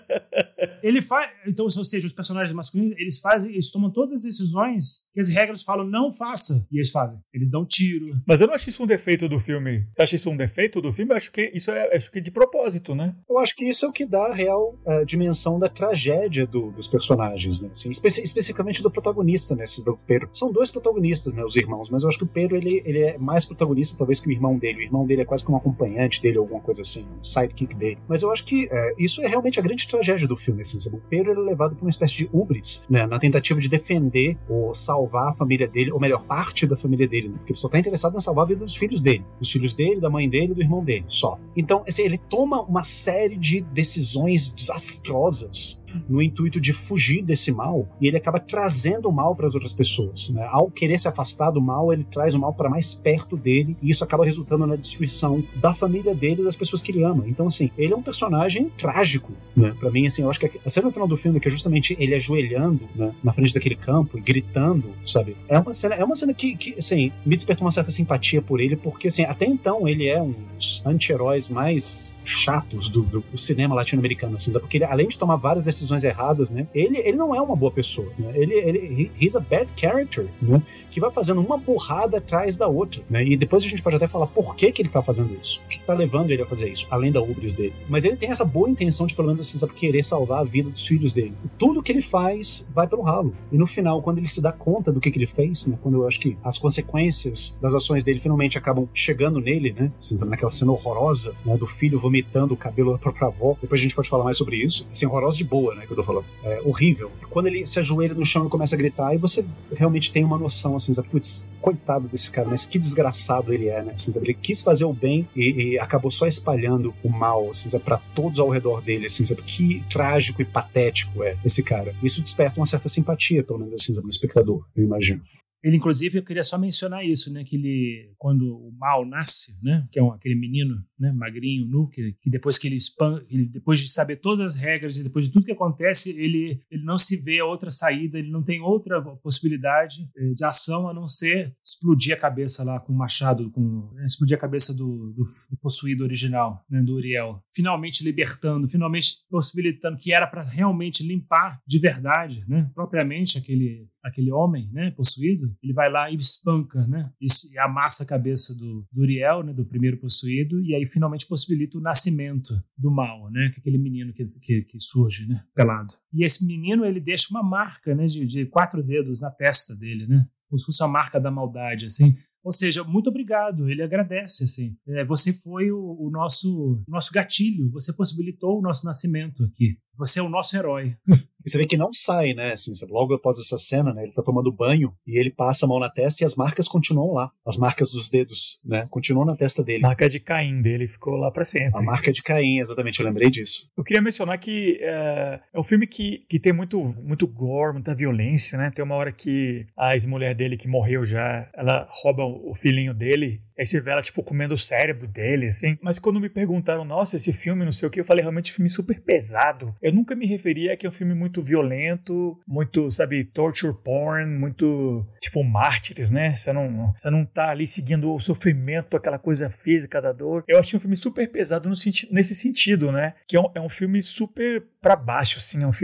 S3: Ele faz, então, ou seja, os personagens masculinos, eles tomam todas as decisões que as regras falam não faça, e eles fazem. Eles dão tiro.
S1: Mas eu não acho isso um defeito do filme. Você acha isso um defeito do filme? Eu acho que isso é de propósito, né?
S2: Eu acho que isso é o que dá a real dimensão da tragédia dos personagens, né? Assim, especificamente do protagonista, né? Esses do Pedro. São dois protagonistas, né? Os irmãos, mas eu acho que o Pedro, ele é mais protagonista, talvez, que o irmão dele. O irmão dele é quase como um acompanhante dele, alguma coisa assim, um sidekick dele. Mas eu acho que isso é realmente a grande tragédia do filme, assim. O Pedro é levado por uma espécie de hubris, né? Na tentativa de defender ou salvar a família dele, ou melhor, parte da família dele, né? Porque ele só tá interessado em salvar a vida dos filhos dele, da mãe dele e do irmão dele, só. Então, assim, ele toma uma série de decisões desastrosas no intuito de fugir desse mal, e ele acaba trazendo o mal para as outras pessoas, né? Ao querer se afastar do mal, ele traz o mal para mais perto dele, e isso acaba resultando na destruição da família dele e das pessoas que ele ama. Então, assim, ele é um personagem trágico, né? Pra mim, assim, eu acho que a cena no final do filme, que é justamente ele ajoelhando, né, na frente daquele campo e gritando, sabe? É uma cena que assim, me despertou uma certa simpatia por ele, porque, assim, até então ele é um dos anti-heróis mais chatos do cinema latino-americano, assim, sabe? Porque ele, além de tomar várias decisões erradas, né, ele não é uma boa pessoa, né? He's a bad character, né? Que vai fazendo uma burrada atrás da outra, né? E depois a gente pode até falar por que ele tá fazendo isso, o que tá levando ele a fazer isso, além da hubris dele. Mas ele tem essa boa intenção de, pelo menos assim, sabe, querer salvar a vida dos filhos dele. E tudo que ele faz vai pelo ralo. E no final, quando ele se dá conta do que ele fez, né, quando eu acho que as consequências das ações dele finalmente acabam chegando nele, né, assim, sabe, naquela cena horrorosa, né, do filho vomitando o cabelo da própria avó, depois a gente pode falar mais sobre isso, assim, horrorosa de boa, né, que eu tô falando. É horrível. Quando ele se ajoelha no chão e começa a gritar, aí você realmente tem uma noção, assim, sabe, putz, coitado desse cara, mas que desgraçado ele é, né, assim, sabe, ele quis fazer o bem e acabou só espalhando o mal, assim, sabe, pra todos ao redor dele, assim, sabe, que trágico e patético é esse cara. Isso desperta uma certa simpatia, pelo menos assim, sabe, no espectador, eu imagino.
S3: Ele, inclusive, eu queria só mencionar isso, né? Que ele, quando o Mal nasce, né? Que é aquele menino, né? Magrinho, nu, que depois que ele depois de saber todas as regras e depois de tudo que acontece, ele não se vê outra saída, ele não tem outra possibilidade de ação a não ser explodir a cabeça lá com o machado, explodir a cabeça do possuído original, né? Do Uriel. Finalmente libertando, finalmente possibilitando, que era para realmente limpar de verdade, né? Propriamente aquele homem, né, possuído, ele vai lá e espanca, né, e amassa a cabeça do Uriel, né, do primeiro possuído, e aí finalmente possibilita o nascimento do mal, né, que é aquele menino que surge, né, pelado. E esse menino, ele deixa uma marca, né, de 4 dedos na testa dele, né, como se fosse a marca da maldade, assim. Ou seja, muito obrigado, ele agradece, assim. Você foi o nosso gatilho, você possibilitou o nosso nascimento aqui. Você é o nosso herói.
S2: E você vê que não sai, né? Assim, logo após essa cena, né? Ele tá tomando banho e ele passa a mão na testa e as marcas continuam lá. As marcas dos dedos, né? Continuam na testa dele.
S1: A marca de Caim dele ficou lá pra sempre.
S2: A marca de Caim, exatamente. Eu lembrei disso.
S1: Eu queria mencionar que é um filme que tem muito gore, muita violência, né? Tem uma hora que a ex-mulher dele, que morreu já, ela rouba o filhinho dele. Aí você vê ela, tipo, comendo o cérebro dele, assim. Mas quando me perguntaram, nossa, esse filme, não sei o que, eu falei, realmente, um filme super pesado. Eu nunca me referia a que é um filme muito violento, muito, sabe, torture porn, muito, tipo, mártires, né? Você não tá ali seguindo o sofrimento, aquela coisa física da dor. Eu achei um filme super pesado nesse sentido, né? Que é um filme super pra baixo, assim. É um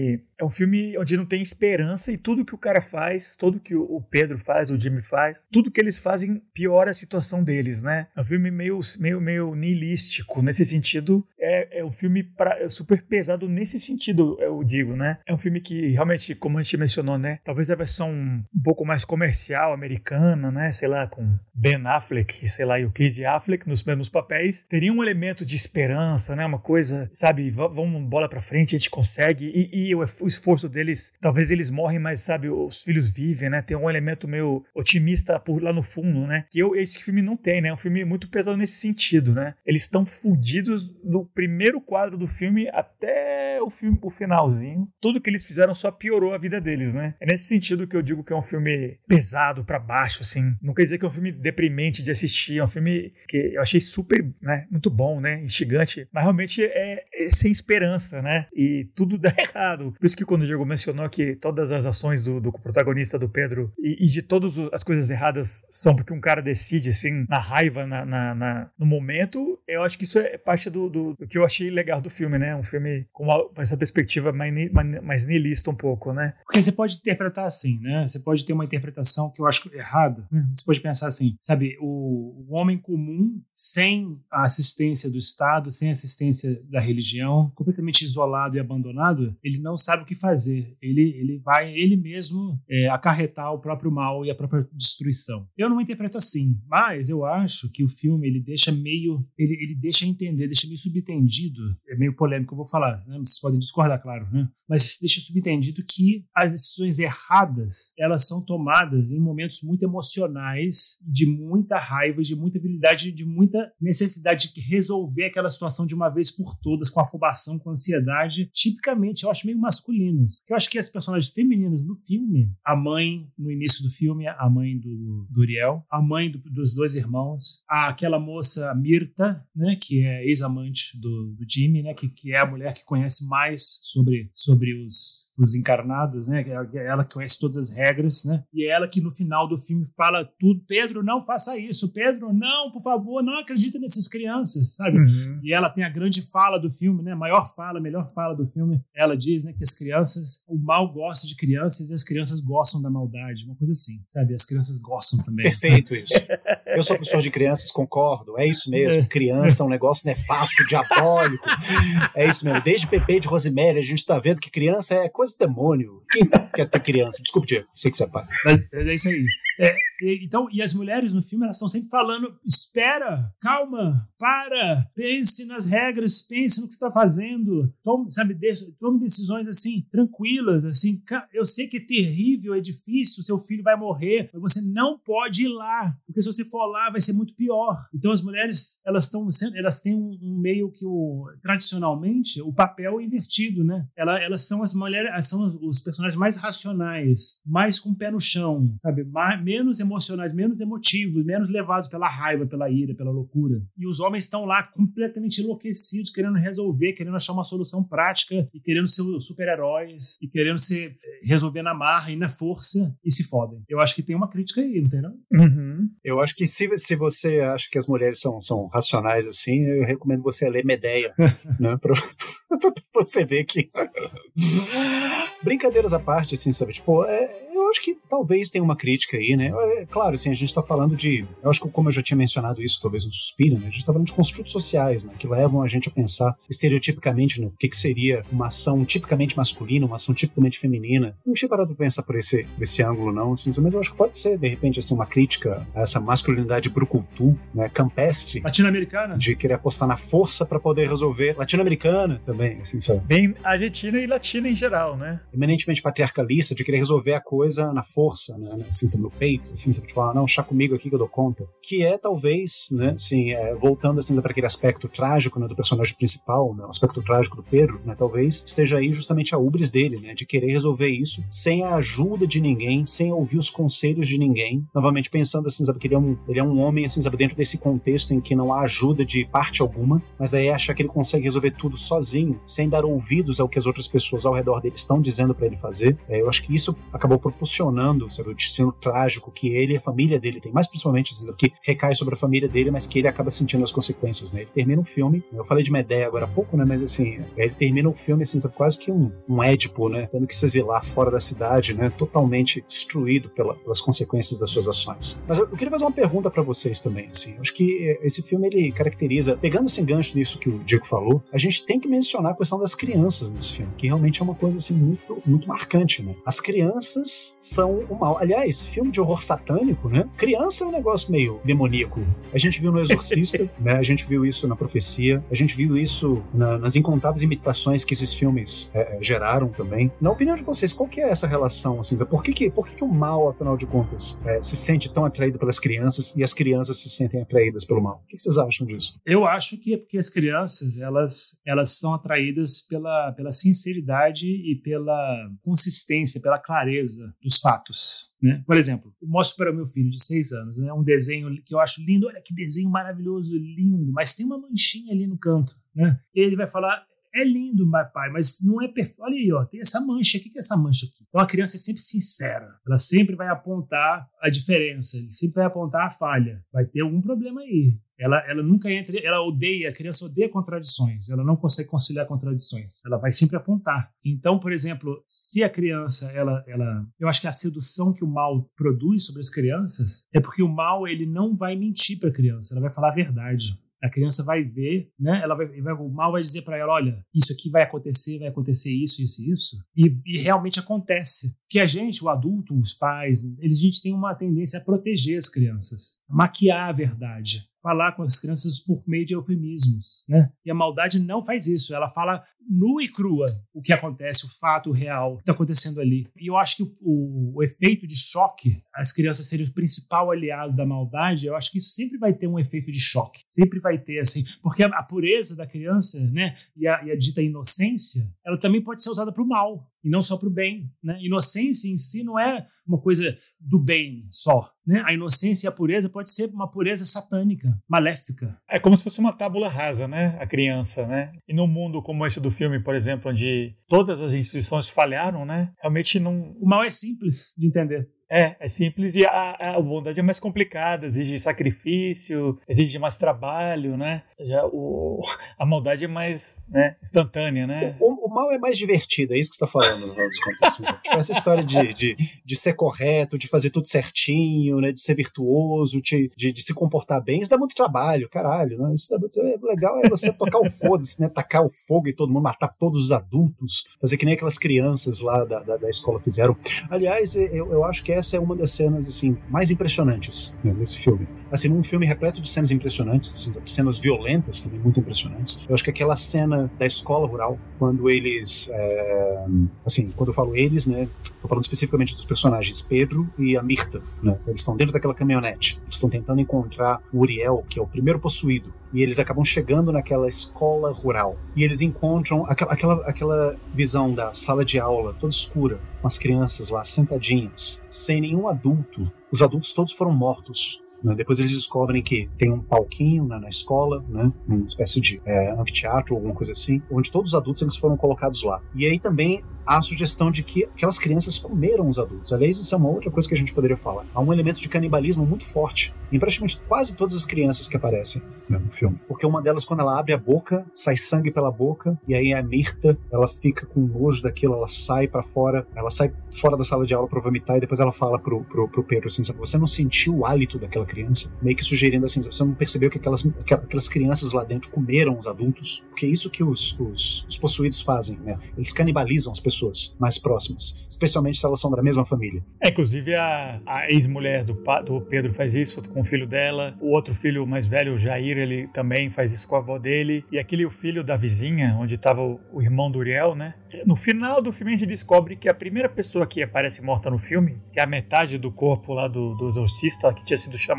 S1: filme onde não tem esperança e tudo que o cara faz, tudo que o Pedro faz, o Jimmy faz, tudo que eles fazem piora a situação deles, né? É um filme meio nihilístico. Nesse sentido, é é um filme super pesado nesse sentido, eu digo, né? É um filme que realmente, como a gente mencionou, né? Talvez a versão um pouco mais comercial, americana, né? Sei lá, com Ben Affleck, sei lá, e o Casey Affleck nos mesmos papéis, teria um elemento de esperança, né? Uma coisa, sabe, vamos bola pra frente, a gente consegue, e o esforço deles, talvez eles morrem, mas, sabe, os filhos vivem, né? Tem um elemento meio otimista por lá no fundo, né? Que esse filme não tem, né? É um filme muito pesado nesse sentido, né? Eles estão fudidos no primeiro quadro do filme até o finalzinho. Tudo que eles fizeram só piorou a vida deles, né? É nesse sentido que eu digo que é um filme pesado pra baixo, assim. Não quer dizer que é um filme deprimente de assistir, é um filme que eu achei super, né? Muito bom, né? Instigante, mas realmente é sem esperança, né? E tudo dá errado. Por isso que quando o Diego mencionou que todas as ações do protagonista, do Pedro, e de todas as coisas erradas são porque um cara decide, assim, na raiva, no momento, eu acho que isso é parte do que eu achei legal do filme, né? Um filme com essa perspectiva mais nihilista um pouco, né?
S3: Porque você pode interpretar assim, né? Você pode ter uma interpretação que eu acho errada. Você pode pensar assim, sabe? O homem comum, sem a assistência do Estado, sem a assistência da religião, completamente isolado e abandonado, ele não sabe o que fazer. Ele vai, ele mesmo, acarretar o próprio mal e a própria destruição. Eu não interpreto assim, mas eu acho que o filme, ele deixa meio... Ele deixa entender, deixa meio subentendido, é meio polêmico, eu vou falar, né? Vocês podem discordar, claro, né? Mas deixa subentendido que as decisões erradas, elas são tomadas em momentos muito emocionais, de muita raiva, de muita virilidade, de muita necessidade de resolver aquela situação de uma vez por todas, com afobação, com ansiedade, tipicamente, eu acho meio masculinas. Eu acho que as personagens femininas no filme, a mãe, no início do filme, a mãe do Uriel, a mãe dos dois irmãos, aquela moça, a Mirta, né, que é ex-amante do Jimmy, né, que é a mulher que conhece mais sobre os encarnados, né? É ela que conhece todas as regras, né? E é ela que no final do filme fala tudo. Pedro, não faça isso. Pedro, não, por favor, não acredita nessas crianças, sabe?
S1: Uhum.
S3: E ela tem a grande fala do filme, né? Melhor fala do filme. Ela diz, né, que as crianças, o mal gosta de crianças e as crianças gostam da maldade, uma coisa assim, sabe? As crianças gostam também.
S2: Perfeito, isso. Eu sou professor de crianças, concordo. É isso mesmo. Criança é um negócio nefasto, diabólico. É isso mesmo. Desde Pepe de Rosemary, a gente tá vendo que criança é coisa do demônio. Quem quer ter criança? Desculpe, Diego. Sei que você é pai.
S3: Mas é isso aí. Então, e as mulheres no filme, elas estão sempre falando, espera, calma, para, pense nas regras, pense no que você está fazendo, tome decisões assim, tranquilas, assim, eu sei que é terrível, é difícil, seu filho vai morrer, mas você não pode ir lá, porque se você for lá, vai ser muito pior. Então as mulheres, elas têm um meio que tradicionalmente, o papel invertido, né? Elas são as mulheres, são os personagens mais racionais, mais com o pé no chão, sabe? Menos emocionais, menos emotivos, menos levados pela raiva, pela ira, pela loucura. E os homens estão lá completamente enlouquecidos, querendo resolver, querendo achar uma solução prática e querendo ser super-heróis e querendo resolver na marra e na força e se fodem. Eu acho que tem uma crítica aí, não tem não?
S1: Uhum.
S2: Eu acho que se você acha que as mulheres são racionais assim, eu recomendo você ler Medeia, né? Pra você ver que... Brincadeiras à parte, assim, sabe? Tipo, eu acho que talvez tenha uma crítica aí, né? Claro, assim, a gente tá falando de... Eu acho que, como eu já tinha mencionado isso, talvez um suspiro, né? A gente tá falando de construtos sociais, né? Que levam a gente a pensar estereotipicamente no que seria uma ação tipicamente masculina, uma ação tipicamente feminina. Não tinha parado pra pensar por esse ângulo, não, assim, mas eu acho que pode ser, de repente, assim, uma crítica a essa masculinidade brucutu, né? Campestre.
S3: Latino-americana?
S2: De querer apostar na força pra poder resolver. Latino-americana também, assim, sabe?
S1: Bem argentina e latina em geral, né?
S2: Eminentemente patriarcalista, de querer resolver a coisa na força, né? Assim, no peito, assim, tipo, não, chá comigo aqui que eu dou conta. Que é, talvez, né, assim, voltando, assim, para aquele aspecto trágico, né, do personagem principal, né, o aspecto trágico do Pedro, né, talvez esteja aí justamente a ubris dele, né, de querer resolver isso sem a ajuda de ninguém, sem ouvir os conselhos de ninguém, novamente pensando, assim, sabe, que ele é um homem, assim, sabe, dentro desse contexto em que não há ajuda de parte alguma, mas daí achar que ele consegue resolver tudo sozinho, sem dar ouvidos ao que as outras pessoas ao redor dele estão dizendo para ele fazer. Eu acho que isso acabou proporcionando mencionando, sabe, o destino trágico que ele e a família dele tem, mais principalmente assim, que recai sobre a família dele, mas que ele acaba sentindo as consequências, né? Ele termina um filme, eu falei de Medea agora há pouco, né? Mas assim, ele termina um filme assim, sabe, quase que um Édipo, né? Tendo que se exilar fora da cidade, né? Totalmente destruído pelas consequências das suas ações. Mas eu queria fazer uma pergunta para vocês também, assim. Acho que esse filme, ele caracteriza, pegando esse gancho nisso que o Diego falou, a gente tem que mencionar a questão das crianças nesse filme, que realmente é uma coisa, assim, muito, muito marcante, né? As crianças são o mal. Aliás, filme de horror satânico, né? Criança é um negócio meio demoníaco. A gente viu no Exorcista, né? A gente viu isso na Profecia, a gente viu isso nas incontáveis imitações que esses filmes geraram também. Na opinião de vocês, qual que é essa relação, assim? Por que o mal, afinal de contas, se sente tão atraído pelas crianças e as crianças se sentem atraídas pelo mal? O que vocês acham disso?
S3: Eu acho que é porque as crianças, elas são atraídas pela sinceridade e pela consistência, pela clareza dos fatos. Né? Por exemplo, eu mostro para o meu filho de 6 anos, né, um desenho que eu acho lindo. Olha que desenho maravilhoso, lindo, mas tem uma manchinha ali no canto. Né? Ele vai falar: é lindo, pai, mas não é perfeito. Olha aí, ó, tem essa mancha. O que é essa mancha aqui? Então a criança é sempre sincera. Ela sempre vai apontar a diferença, ele sempre vai apontar a falha. Vai ter algum problema aí. Ela nunca entra, a criança odeia contradições, ela não consegue conciliar contradições, ela vai sempre apontar. Então, por exemplo, se a criança, eu acho que a sedução que o mal produz sobre as crianças é porque o mal, ele não vai mentir para a criança, ela vai falar a verdade. A criança vai ver, né? O mal vai dizer para ela: olha, isso aqui vai acontecer isso, isso e isso. E realmente acontece. Porque a gente, o adulto, os pais, a gente tem uma tendência a proteger as crianças, a maquiar a verdade, falar com as crianças por meio de eufemismos, né? E a maldade não faz isso, ela fala nua e crua o que acontece, o fato real que está acontecendo ali. E eu acho que o efeito de choque, as crianças serem o principal aliado da maldade, eu acho que isso sempre vai ter um efeito de choque, sempre vai ter, assim, porque a pureza da criança, né, e a dita inocência, ela também pode ser usada para o mal, e não só para o bem, né? Inocência em si não é uma coisa do bem só, né? A inocência e a pureza pode ser uma pureza satânica, maléfica.
S1: É como se fosse uma tábula rasa, né? A criança, né? E num mundo como esse do filme, por exemplo, onde todas as instituições falharam, né? Realmente não...
S3: O mal é simples de entender.
S1: É simples e a bondade é mais complicada, exige sacrifício, exige mais trabalho, né? Já a maldade é mais, né, instantânea, né?
S2: O mal é mais divertido, é isso que você está falando, no final dos contos. Assim, tipo, essa história de ser correto, de fazer tudo certinho, né, de ser virtuoso, de se comportar bem, isso dá muito trabalho, caralho. Né? O legal é você tocar o foda-se, né, tacar o fogo e todo mundo, matar todos os adultos, fazer que nem aquelas crianças lá da escola fizeram. Aliás, eu acho que essa é uma das cenas assim, mais impressionantes, né, nesse filme. Assim, num filme repleto de cenas impressionantes, assim, cenas violentas também muito impressionantes. Eu acho que aquela cena da escola rural, quando eles, assim, quando eu falo eles, né, tô falando especificamente dos personagens Pedro e a Mirta, né, eles estão dentro daquela caminhonete, eles estão tentando encontrar o Uriel, que é o primeiro possuído, e eles acabam chegando naquela escola rural, e eles encontram aquela visão da sala de aula toda escura, com as crianças lá sentadinhas, sem nenhum adulto. Os adultos todos foram mortos. Depois eles descobrem que tem um palquinho na escola, né, uma espécie de anfiteatro ou alguma coisa assim, onde todos os adultos eles foram colocados lá. E aí também há a sugestão de que aquelas crianças comeram os adultos. Aliás, isso é uma outra coisa que a gente poderia falar. Há um elemento de canibalismo muito forte em praticamente quase todas as crianças que aparecem, né, no filme. Porque uma delas, quando ela abre a boca, sai sangue pela boca, e aí a Mirta, ela fica com nojo daquilo, ela sai pra fora, ela sai fora da sala de aula pra vomitar, e depois ela fala pro Pedro assim, sabe, você não sentiu o hálito daquela criança? Meio que sugerindo assim, você não percebeu que aquelas crianças lá dentro comeram os adultos? Porque é isso que os possuídos fazem, né? Eles canibalizam as pessoas mais próximas, especialmente se elas são da mesma família.
S1: Inclusive a ex-mulher do Pedro faz isso com o filho dela, o outro filho mais velho, o Jair, ele também faz isso com a avó dele, e aquele o filho da vizinha, onde estava o irmão do Uriel, né? No final do filme a gente descobre que a primeira pessoa que aparece morta no filme, que é a metade do corpo lá do exorcista, que tinha sido chamada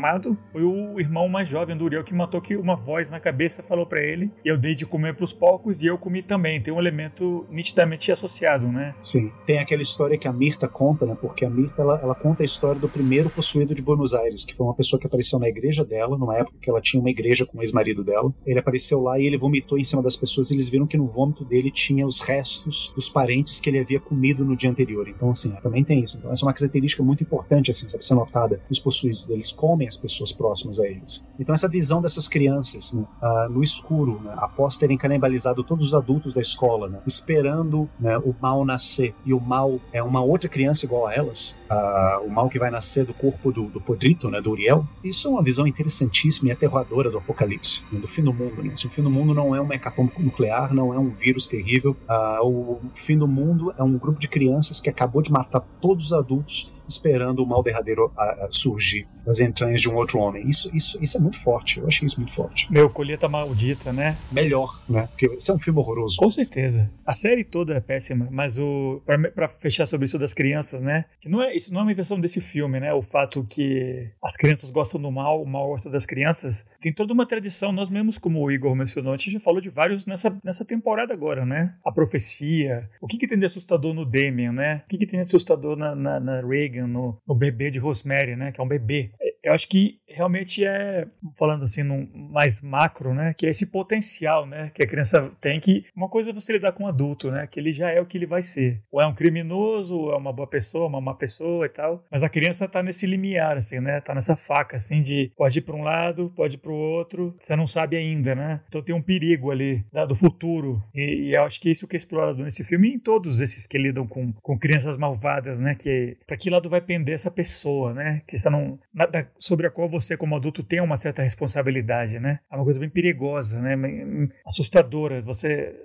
S1: chamado, foi o irmão mais jovem do Uriel que matou, que uma voz na cabeça falou pra ele, eu dei de comer pros porcos e eu comi também. Tem um elemento nitidamente associado, né?
S2: Sim. Tem aquela história que a Mirta conta, né? Porque a Mirta, ela conta a história do primeiro possuído de Buenos Aires, que foi uma pessoa que apareceu na igreja dela, numa época que ela tinha uma igreja com o ex-marido dela. Ele apareceu lá e ele vomitou em cima das pessoas, e eles viram que no vômito dele tinha os restos dos parentes que ele havia comido no dia anterior. Então, assim, também tem isso. Então, essa é uma característica muito importante, assim, sabe, ser notada. Os possuídos, eles comem as pessoas próximas a eles. Então, essa visão dessas crianças, né, no escuro, né, após terem canibalizado todos os adultos da escola, né, esperando, né, o mal nascer, e o mal é uma outra criança igual a elas, o mal que vai nascer do corpo do Podrito, né, do Uriel. Isso é uma visão interessantíssima e aterradora do apocalipse, né, do fim do mundo. Né? O fim do mundo não é uma hecatombe nuclear, não é um vírus terrível. O fim do mundo é um grupo de crianças que acabou de matar todos os adultos, esperando o mal derradeiro surgir das entranhas de um outro homem. Isso é muito forte. Eu achei isso muito forte.
S1: Meu, Colheita Maldita, né?
S2: Melhor, né? Porque isso é um filme horroroso.
S1: Com certeza. A série toda é péssima, mas pra fechar sobre isso das crianças, né? Que isso não é uma invenção desse filme, né? O fato que as crianças gostam do mal, o mal gosta das crianças. Tem toda uma tradição. Nós mesmos, como o Igor mencionou, a gente já falou de vários nessa temporada agora, né? A profecia. O que tem de assustador no Damien, né? O que tem de assustador na Reagan, no bebê de Rosemary, né? Que é um bebê. Eu acho que realmente falando assim, num mais macro, né? Que é esse potencial, né? Que a criança tem, que uma coisa é você lidar com um adulto, né? Que ele já é o que ele vai ser. Ou é um criminoso, ou é uma boa pessoa, uma má pessoa e tal. Mas a criança tá nesse limiar, assim, né? Tá nessa faca, assim, de pode ir pra um lado, pode ir pro outro. Você não sabe ainda, né? Então tem um perigo ali, né, do futuro. E eu acho que isso que é explorado nesse filme, e em todos esses que lidam com crianças malvadas, né? Que pra que lado vai pender essa pessoa, né? Que você não... sobre a qual você, como adulto, tem uma certa responsabilidade, né? É uma coisa bem perigosa, né? Assustadora. Você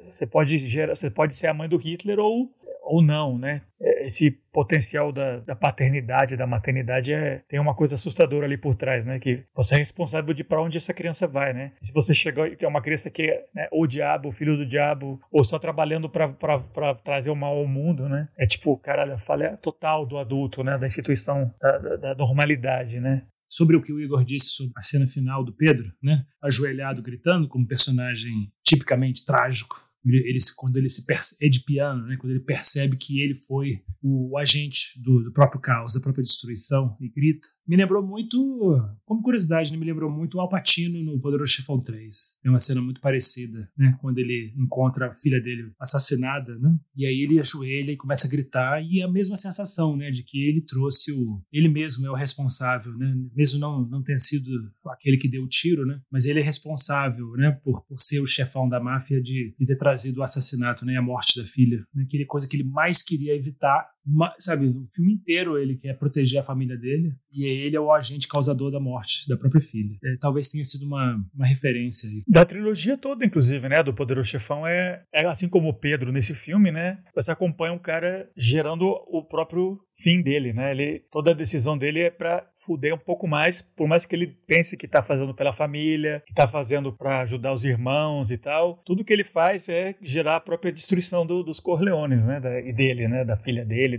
S1: pode ser a mãe do Hitler ou não, né? Esse potencial da paternidade, da maternidade, tem uma coisa assustadora ali por trás, né? Que você é responsável de para onde essa criança vai, né? Se você chegar e tem uma criança que é, né, o diabo, o filho do diabo, ou só trabalhando para trazer o mal ao mundo, né? É tipo, caralho, a falha total do adulto, né? Da instituição, da normalidade, né?
S3: Sobre o que o Igor disse sobre a cena final do Pedro, né? Ajoelhado, gritando, como personagem tipicamente trágico. Quando ele se percebe, edipiano, né? Quando ele percebe que ele foi o agente do próprio caos, da própria destruição, e grita. Me lembrou muito, como curiosidade, né? Me lembrou muito o Al Pacino no Poderoso Chefão 3. É uma cena muito parecida, né? Quando ele encontra a filha dele assassinada, né? E aí ele ajoelha e começa a gritar, e é a mesma sensação, né? De que ele trouxe ele mesmo é o responsável, né? Mesmo não ter sido aquele que deu o tiro, né? Mas ele é responsável, né? Por ser o chefão da máfia de ter trazido o assassinato, né? A morte da filha, né? Aquela coisa que ele mais queria evitar. Sabe, o filme inteiro ele quer proteger a família dele, e ele é o agente causador da morte da própria filha. Talvez tenha sido uma referência aí.
S1: Da trilogia toda, inclusive, né, do Poderoso Chefão, é assim como o Pedro nesse filme, né, você acompanha um cara gerando o próprio fim dele, né, toda a decisão dele é pra fuder um pouco mais, por mais que ele pense que tá fazendo pela família, que tá fazendo pra ajudar os irmãos e tal, tudo que ele faz é gerar a própria destruição dos Corleones, né, e dele, né, da filha dele.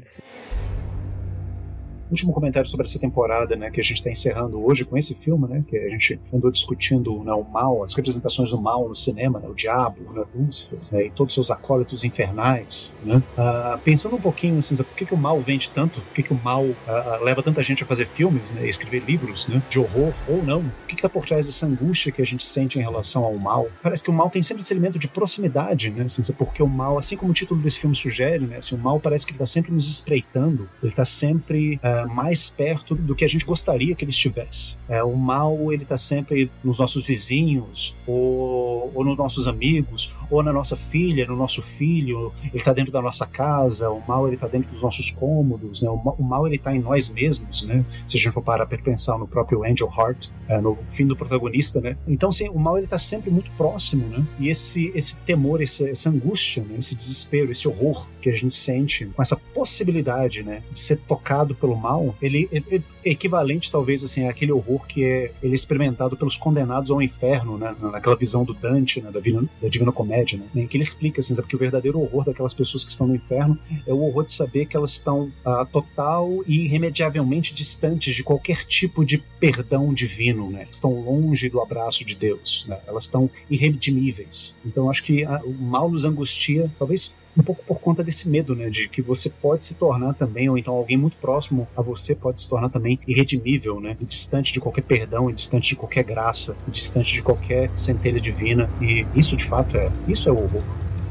S2: Último comentário sobre essa temporada, né, que a gente está encerrando hoje com esse filme, né, que a gente andou discutindo, né, o mal, as representações do mal no cinema, né, o diabo, né, Lúcifer, né, e todos os seus acólitos infernais, né, pensando um pouquinho assim, por que o mal vende tanto, por que o mal leva tanta gente a fazer filmes, né, escrever livros, né, de horror ou não, o que está por trás dessa angústia que a gente sente em relação ao mal? Parece que o mal tem sempre esse elemento de proximidade, né, assim, porque o mal, assim como o título desse filme sugere, né, assim, o mal parece que ele está sempre nos espreitando, ele está sempre mais perto do que a gente gostaria que ele estivesse. O mal, ele está sempre nos nossos vizinhos, ou nos nossos amigos, ou na nossa filha, no nosso filho, ele está dentro da nossa casa, o mal, ele está dentro dos nossos cômodos, né? O mal, ele está em nós mesmos, né? Se a gente for parar para pensar no próprio Angel Heart, no fim do protagonista, né? Então, assim, o mal, ele está sempre muito próximo, né? E esse temor, essa angústia, né? Esse desespero, esse horror que a gente sente com essa possibilidade, né? De ser tocado pelo mal, mal, ele é equivalente talvez assim àquele horror que ele é experimentado pelos condenados ao inferno, né? Naquela visão do Dante, né? da Divina Comédia, né? Em que ele explica assim, sabe, que o verdadeiro horror daquelas pessoas que estão no inferno é o horror de saber que elas estão total e irremediavelmente distantes de qualquer tipo de perdão divino, né? Estão longe do abraço de Deus, né? Elas estão irredimíveis. Então acho que o mal nos angustia, talvez um pouco por conta desse medo, né, de que você pode se tornar também, ou então alguém muito próximo a você pode se tornar também irredimível, né, e distante de qualquer perdão, e distante de qualquer graça, e distante de qualquer centelha divina, e isso de fato isso é o horror.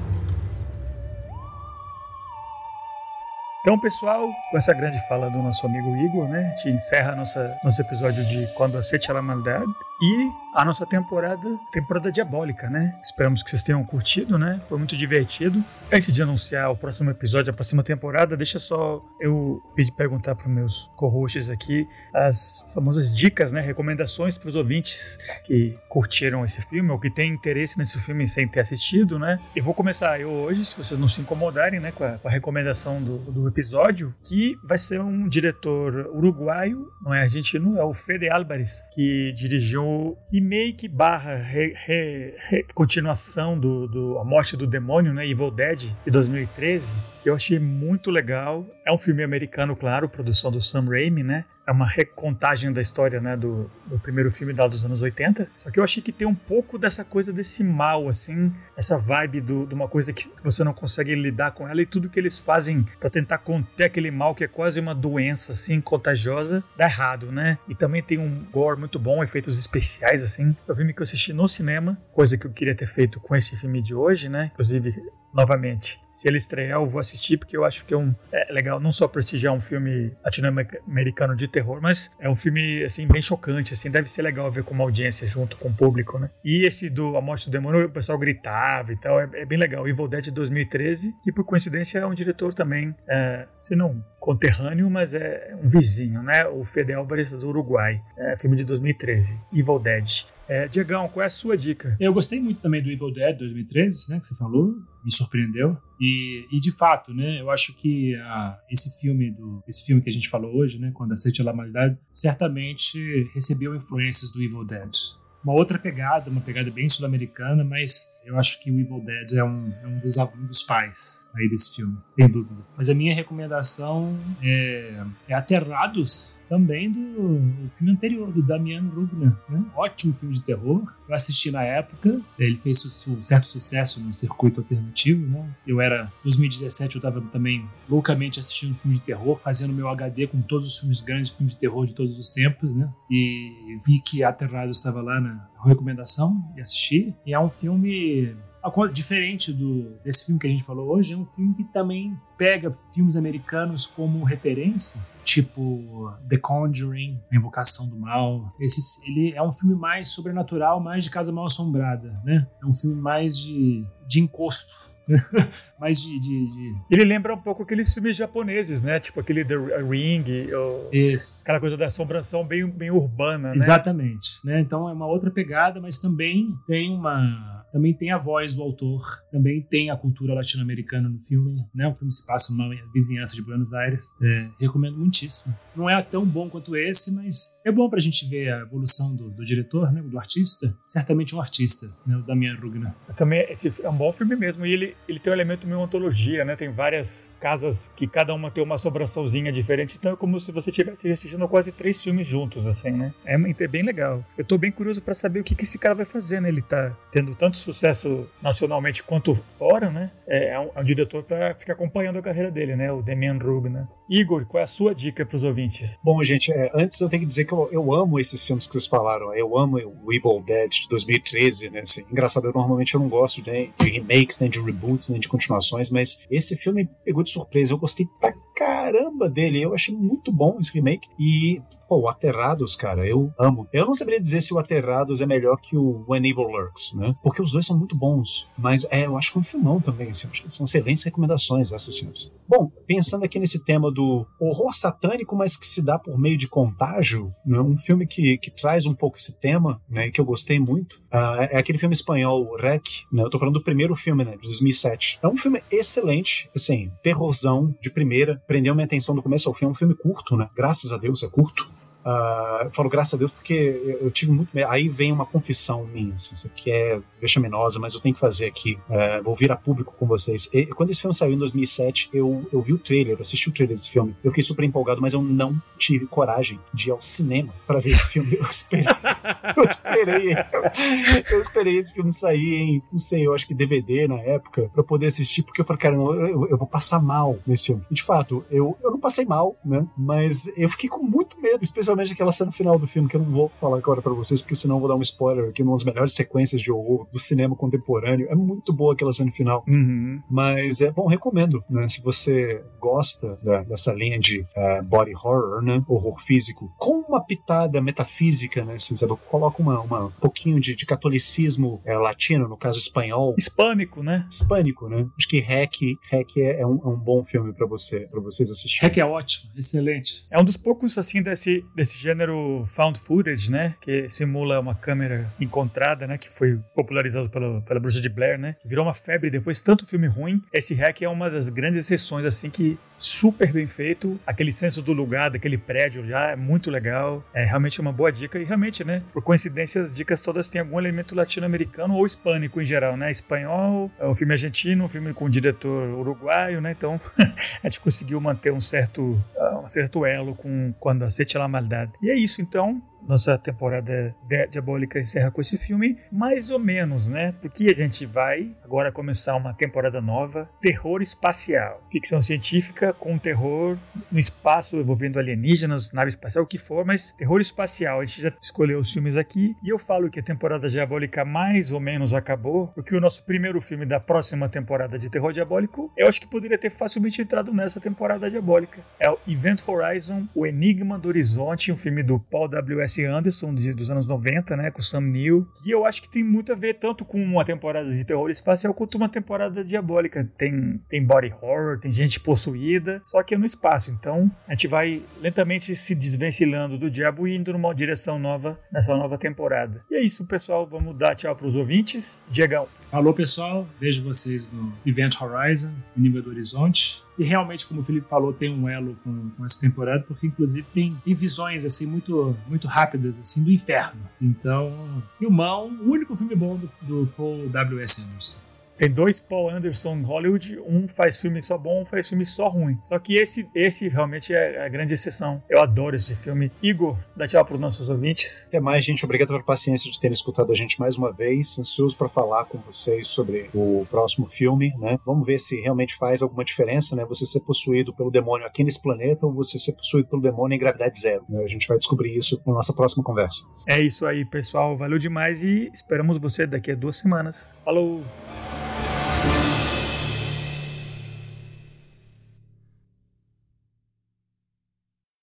S1: Então, pessoal, com essa grande fala do nosso amigo Igor, né, a gente encerra nosso episódio de Quando Aceite a Maldade e a nossa temporada diabólica, né? Esperamos que vocês tenham curtido, né? Foi muito divertido. Antes de anunciar o próximo episódio, a próxima temporada, deixa só eu perguntar para os meus co-hosts aqui as famosas dicas, né? Recomendações para os ouvintes que curtiram esse filme ou que têm interesse nesse filme sem ter assistido, né? Eu vou começar eu hoje, se vocês não se incomodarem, né? Com a recomendação do episódio, que vai ser um diretor uruguaio, não é argentino, é o Fede Álvares, que dirigiu remake / continuação do A Morte do Demônio, né, Evil Dead, de 2013, que eu achei muito legal. É um filme americano, claro, produção do Sam Raimi, né? É uma recontagem da história, né, do primeiro filme dos anos 80. Só que eu achei que tem um pouco dessa coisa desse mal, assim, essa vibe de uma coisa que você não consegue lidar com ela, e tudo que eles fazem para tentar conter aquele mal, que é quase uma doença, assim, contagiosa, dá errado, né? E também tem um gore muito bom, efeitos especiais, assim. É um filme que eu assisti no cinema, coisa que eu queria ter feito com esse filme de hoje, né? Inclusive, novamente, se ele estrear eu vou assistir, porque eu acho que é legal não só prestigiar um filme latino-americano de terror, mas é um filme, assim, bem chocante, assim, deve ser legal ver com uma audiência junto com o público, né? E esse do A Morte do Demônio, o pessoal gritava e tal, é bem legal. Evil Dead de 2013, que por coincidência é um diretor também, se não conterrâneo, mas é um vizinho, né? O Fede Álvares do Uruguai, filme de 2013, Evil Dead. Diegão, qual é a sua dica?
S3: Eu gostei muito também do Evil Dead 2013, né, que você falou, me surpreendeu. E de fato, né, eu acho que esse filme que a gente falou hoje, né, Quando Aceite a Maldade, certamente recebeu influências do Evil Dead. Uma outra pegada, uma pegada bem sul-americana, mas eu acho que o Evil Dead é um dos pais aí desse filme, sem dúvida. Mas a minha recomendação é Aterrados, também do filme anterior, do Damian Rugna, né? Ótimo filme de terror. Eu assisti na época, ele fez certo sucesso no circuito alternativo, né? 2017 eu estava também loucamente assistindo filme de terror, fazendo meu HD com todos os filmes grandes, filmes de terror de todos os tempos, né? E vi que Aterrados estava lá na recomendação e assisti. E é um filme diferente desse filme que a gente falou hoje, é um filme que também pega filmes americanos como referência, tipo The Conjuring, A Invocação do Mal. Ele é um filme mais sobrenatural, mais de Casa Mal Assombrada, né? É um filme mais de encosto. mais
S1: Ele lembra um pouco aqueles filmes japoneses, né? Tipo aquele The Ring,
S3: Isso.
S1: Aquela coisa da assombração bem urbana, né?
S3: Exatamente, né? Então é uma outra pegada, mas também tem a voz do autor, também tem a cultura latino-americana no filme, né? O filme se passa numa vizinhança de Buenos Aires. Recomendo muitíssimo. Não é tão bom quanto esse, mas é bom pra gente ver a evolução do diretor, né? Do artista. Certamente um artista, né? O Damian Rugna.
S1: Também esse é um bom filme mesmo, e ele tem um elemento meio antologia, né? Tem várias casas que cada uma tem uma assombraçãozinha diferente, então é como se você estivesse assistindo quase 3 filmes juntos, assim, né? É bem legal. Eu tô bem curioso pra saber o que esse cara vai fazer, né? Ele tá tendo tanto sucesso nacionalmente quanto fora, né? É um diretor pra ficar acompanhando a carreira dele, né? O Damian Rugna. Igor, qual é a sua dica pros ouvintes?
S2: Bom, gente, antes eu tenho que dizer que eu amo esses filmes que vocês falaram. Eu amo o Evil Dead de 2013, né? Assim, engraçado, normalmente eu não gosto de remakes, nem de reboots, nem de continuações, mas esse filme pegou de surpresa. Eu gostei pra caramba dele. Eu achei muito bom esse remake. E Pô, o Aterrados, cara, eu amo. Eu não saberia dizer se o Aterrados é melhor que o When Evil Lurks, né? Porque os dois são muito bons. Mas eu acho que é um filmão também, assim. Acho que são excelentes recomendações essas, senhores. Bom, pensando aqui nesse tema do horror satânico, mas que se dá por meio de contágio, né? Um filme que traz um pouco esse tema, né? E que eu gostei muito, é aquele filme espanhol, Rec, né? Eu tô falando do primeiro filme, né? De 2007. É um filme excelente, assim, terrorzão de primeira, prendeu minha atenção do começo ao fim. É um filme curto, né? Graças a Deus é curto. Eu falo graças a Deus porque eu tive muito medo. Aí vem uma confissão minha, assim, isso aqui é vexaminosa, mas eu tenho que fazer aqui. Vou vir a público com vocês. Quando esse filme saiu em 2007, eu vi o trailer, eu assisti o trailer desse filme. Eu fiquei super empolgado, mas eu não tive coragem de ir ao cinema para ver esse filme. Eu esperei esse filme sair em, não sei, eu acho que DVD na época, para poder assistir, porque eu falei, cara, eu vou passar mal nesse filme. E de fato, eu não passei mal, né? Mas eu fiquei com muito medo, especialmente aquela cena final do filme, que eu não vou falar agora pra vocês, porque senão eu vou dar um spoiler aqui, uma das melhores sequências de horror do cinema contemporâneo. É muito boa aquela cena final. Mas bom, recomendo, né? Se você gosta dessa linha de body horror, né? Horror físico, com uma pitada metafísica, né? Assim, sabe? Coloca um pouquinho de catolicismo latino, no caso espanhol.
S1: Hispânico, né?
S2: Hispânico, né? Acho que Rec é um bom filme pra vocês assistirem.
S3: Rec é ótimo, excelente.
S1: É um dos poucos, assim, desse gênero found footage, né? Que simula uma câmera encontrada, né? Que foi popularizado pela Bruxa de Blair, né? Que virou uma febre depois, tanto filme ruim. Esse Rec é uma das grandes exceções, assim, que super bem feito. Aquele senso do lugar, daquele prédio já é muito legal. É realmente uma boa dica. E realmente, né? Por coincidência, as dicas todas têm algum elemento latino-americano ou hispânico em geral, né? Espanhol, um filme argentino, um filme com um diretor uruguaio, né? Então, a gente conseguiu manter um certo elo com Quando Aceite la Maldade. E é isso, então. Nossa temporada diabólica encerra com esse filme, mais ou menos, né? Porque a gente vai agora começar uma temporada nova, terror espacial. Ficção científica com terror no espaço, envolvendo alienígenas, nave espacial, o que for, mas terror espacial. A gente já escolheu os filmes aqui, e eu falo que a temporada diabólica mais ou menos acabou, porque o nosso primeiro filme da próxima temporada de terror diabólico, eu acho que poderia ter facilmente entrado nessa temporada diabólica. É o Event Horizon, O Enigma do Horizonte, um filme do Paul W.S. Anderson, dos anos 90, né, com Sam Neill, que eu acho que tem muito a ver tanto com uma temporada de terror espacial quanto uma temporada diabólica. Tem body horror, tem gente possuída, só que é no espaço. Então a gente vai lentamente se desvencilhando do diabo e indo numa direção nova nessa nova temporada. E é isso, pessoal. Vamos dar tchau para os ouvintes. Diegão.
S3: Alô, pessoal. Vejo vocês no Event Horizon, Enigma do Horizonte. E realmente, como o Felipe falou, tem um elo com essa temporada, porque inclusive tem visões assim muito, muito rápidas assim do inferno. Então, filmão, o único filme bom do Paul W.S. Anderson.
S1: Tem dois Paul Anderson em Hollywood, um faz filme só bom, um faz filme só ruim. Só que esse realmente é a grande exceção. Eu adoro esse filme. Igor, dá tchau para os nossos ouvintes.
S2: Até mais, gente. Obrigado pela paciência de terem escutado a gente mais uma vez. Ansioso para falar com vocês sobre o próximo filme, né? Vamos ver se realmente faz alguma diferença, né? Você ser possuído pelo demônio aqui nesse planeta ou você ser possuído pelo demônio em gravidade zero, né? A gente vai descobrir isso na nossa próxima conversa.
S1: É isso aí, pessoal. Valeu demais e esperamos você daqui a 2 semanas. Falou!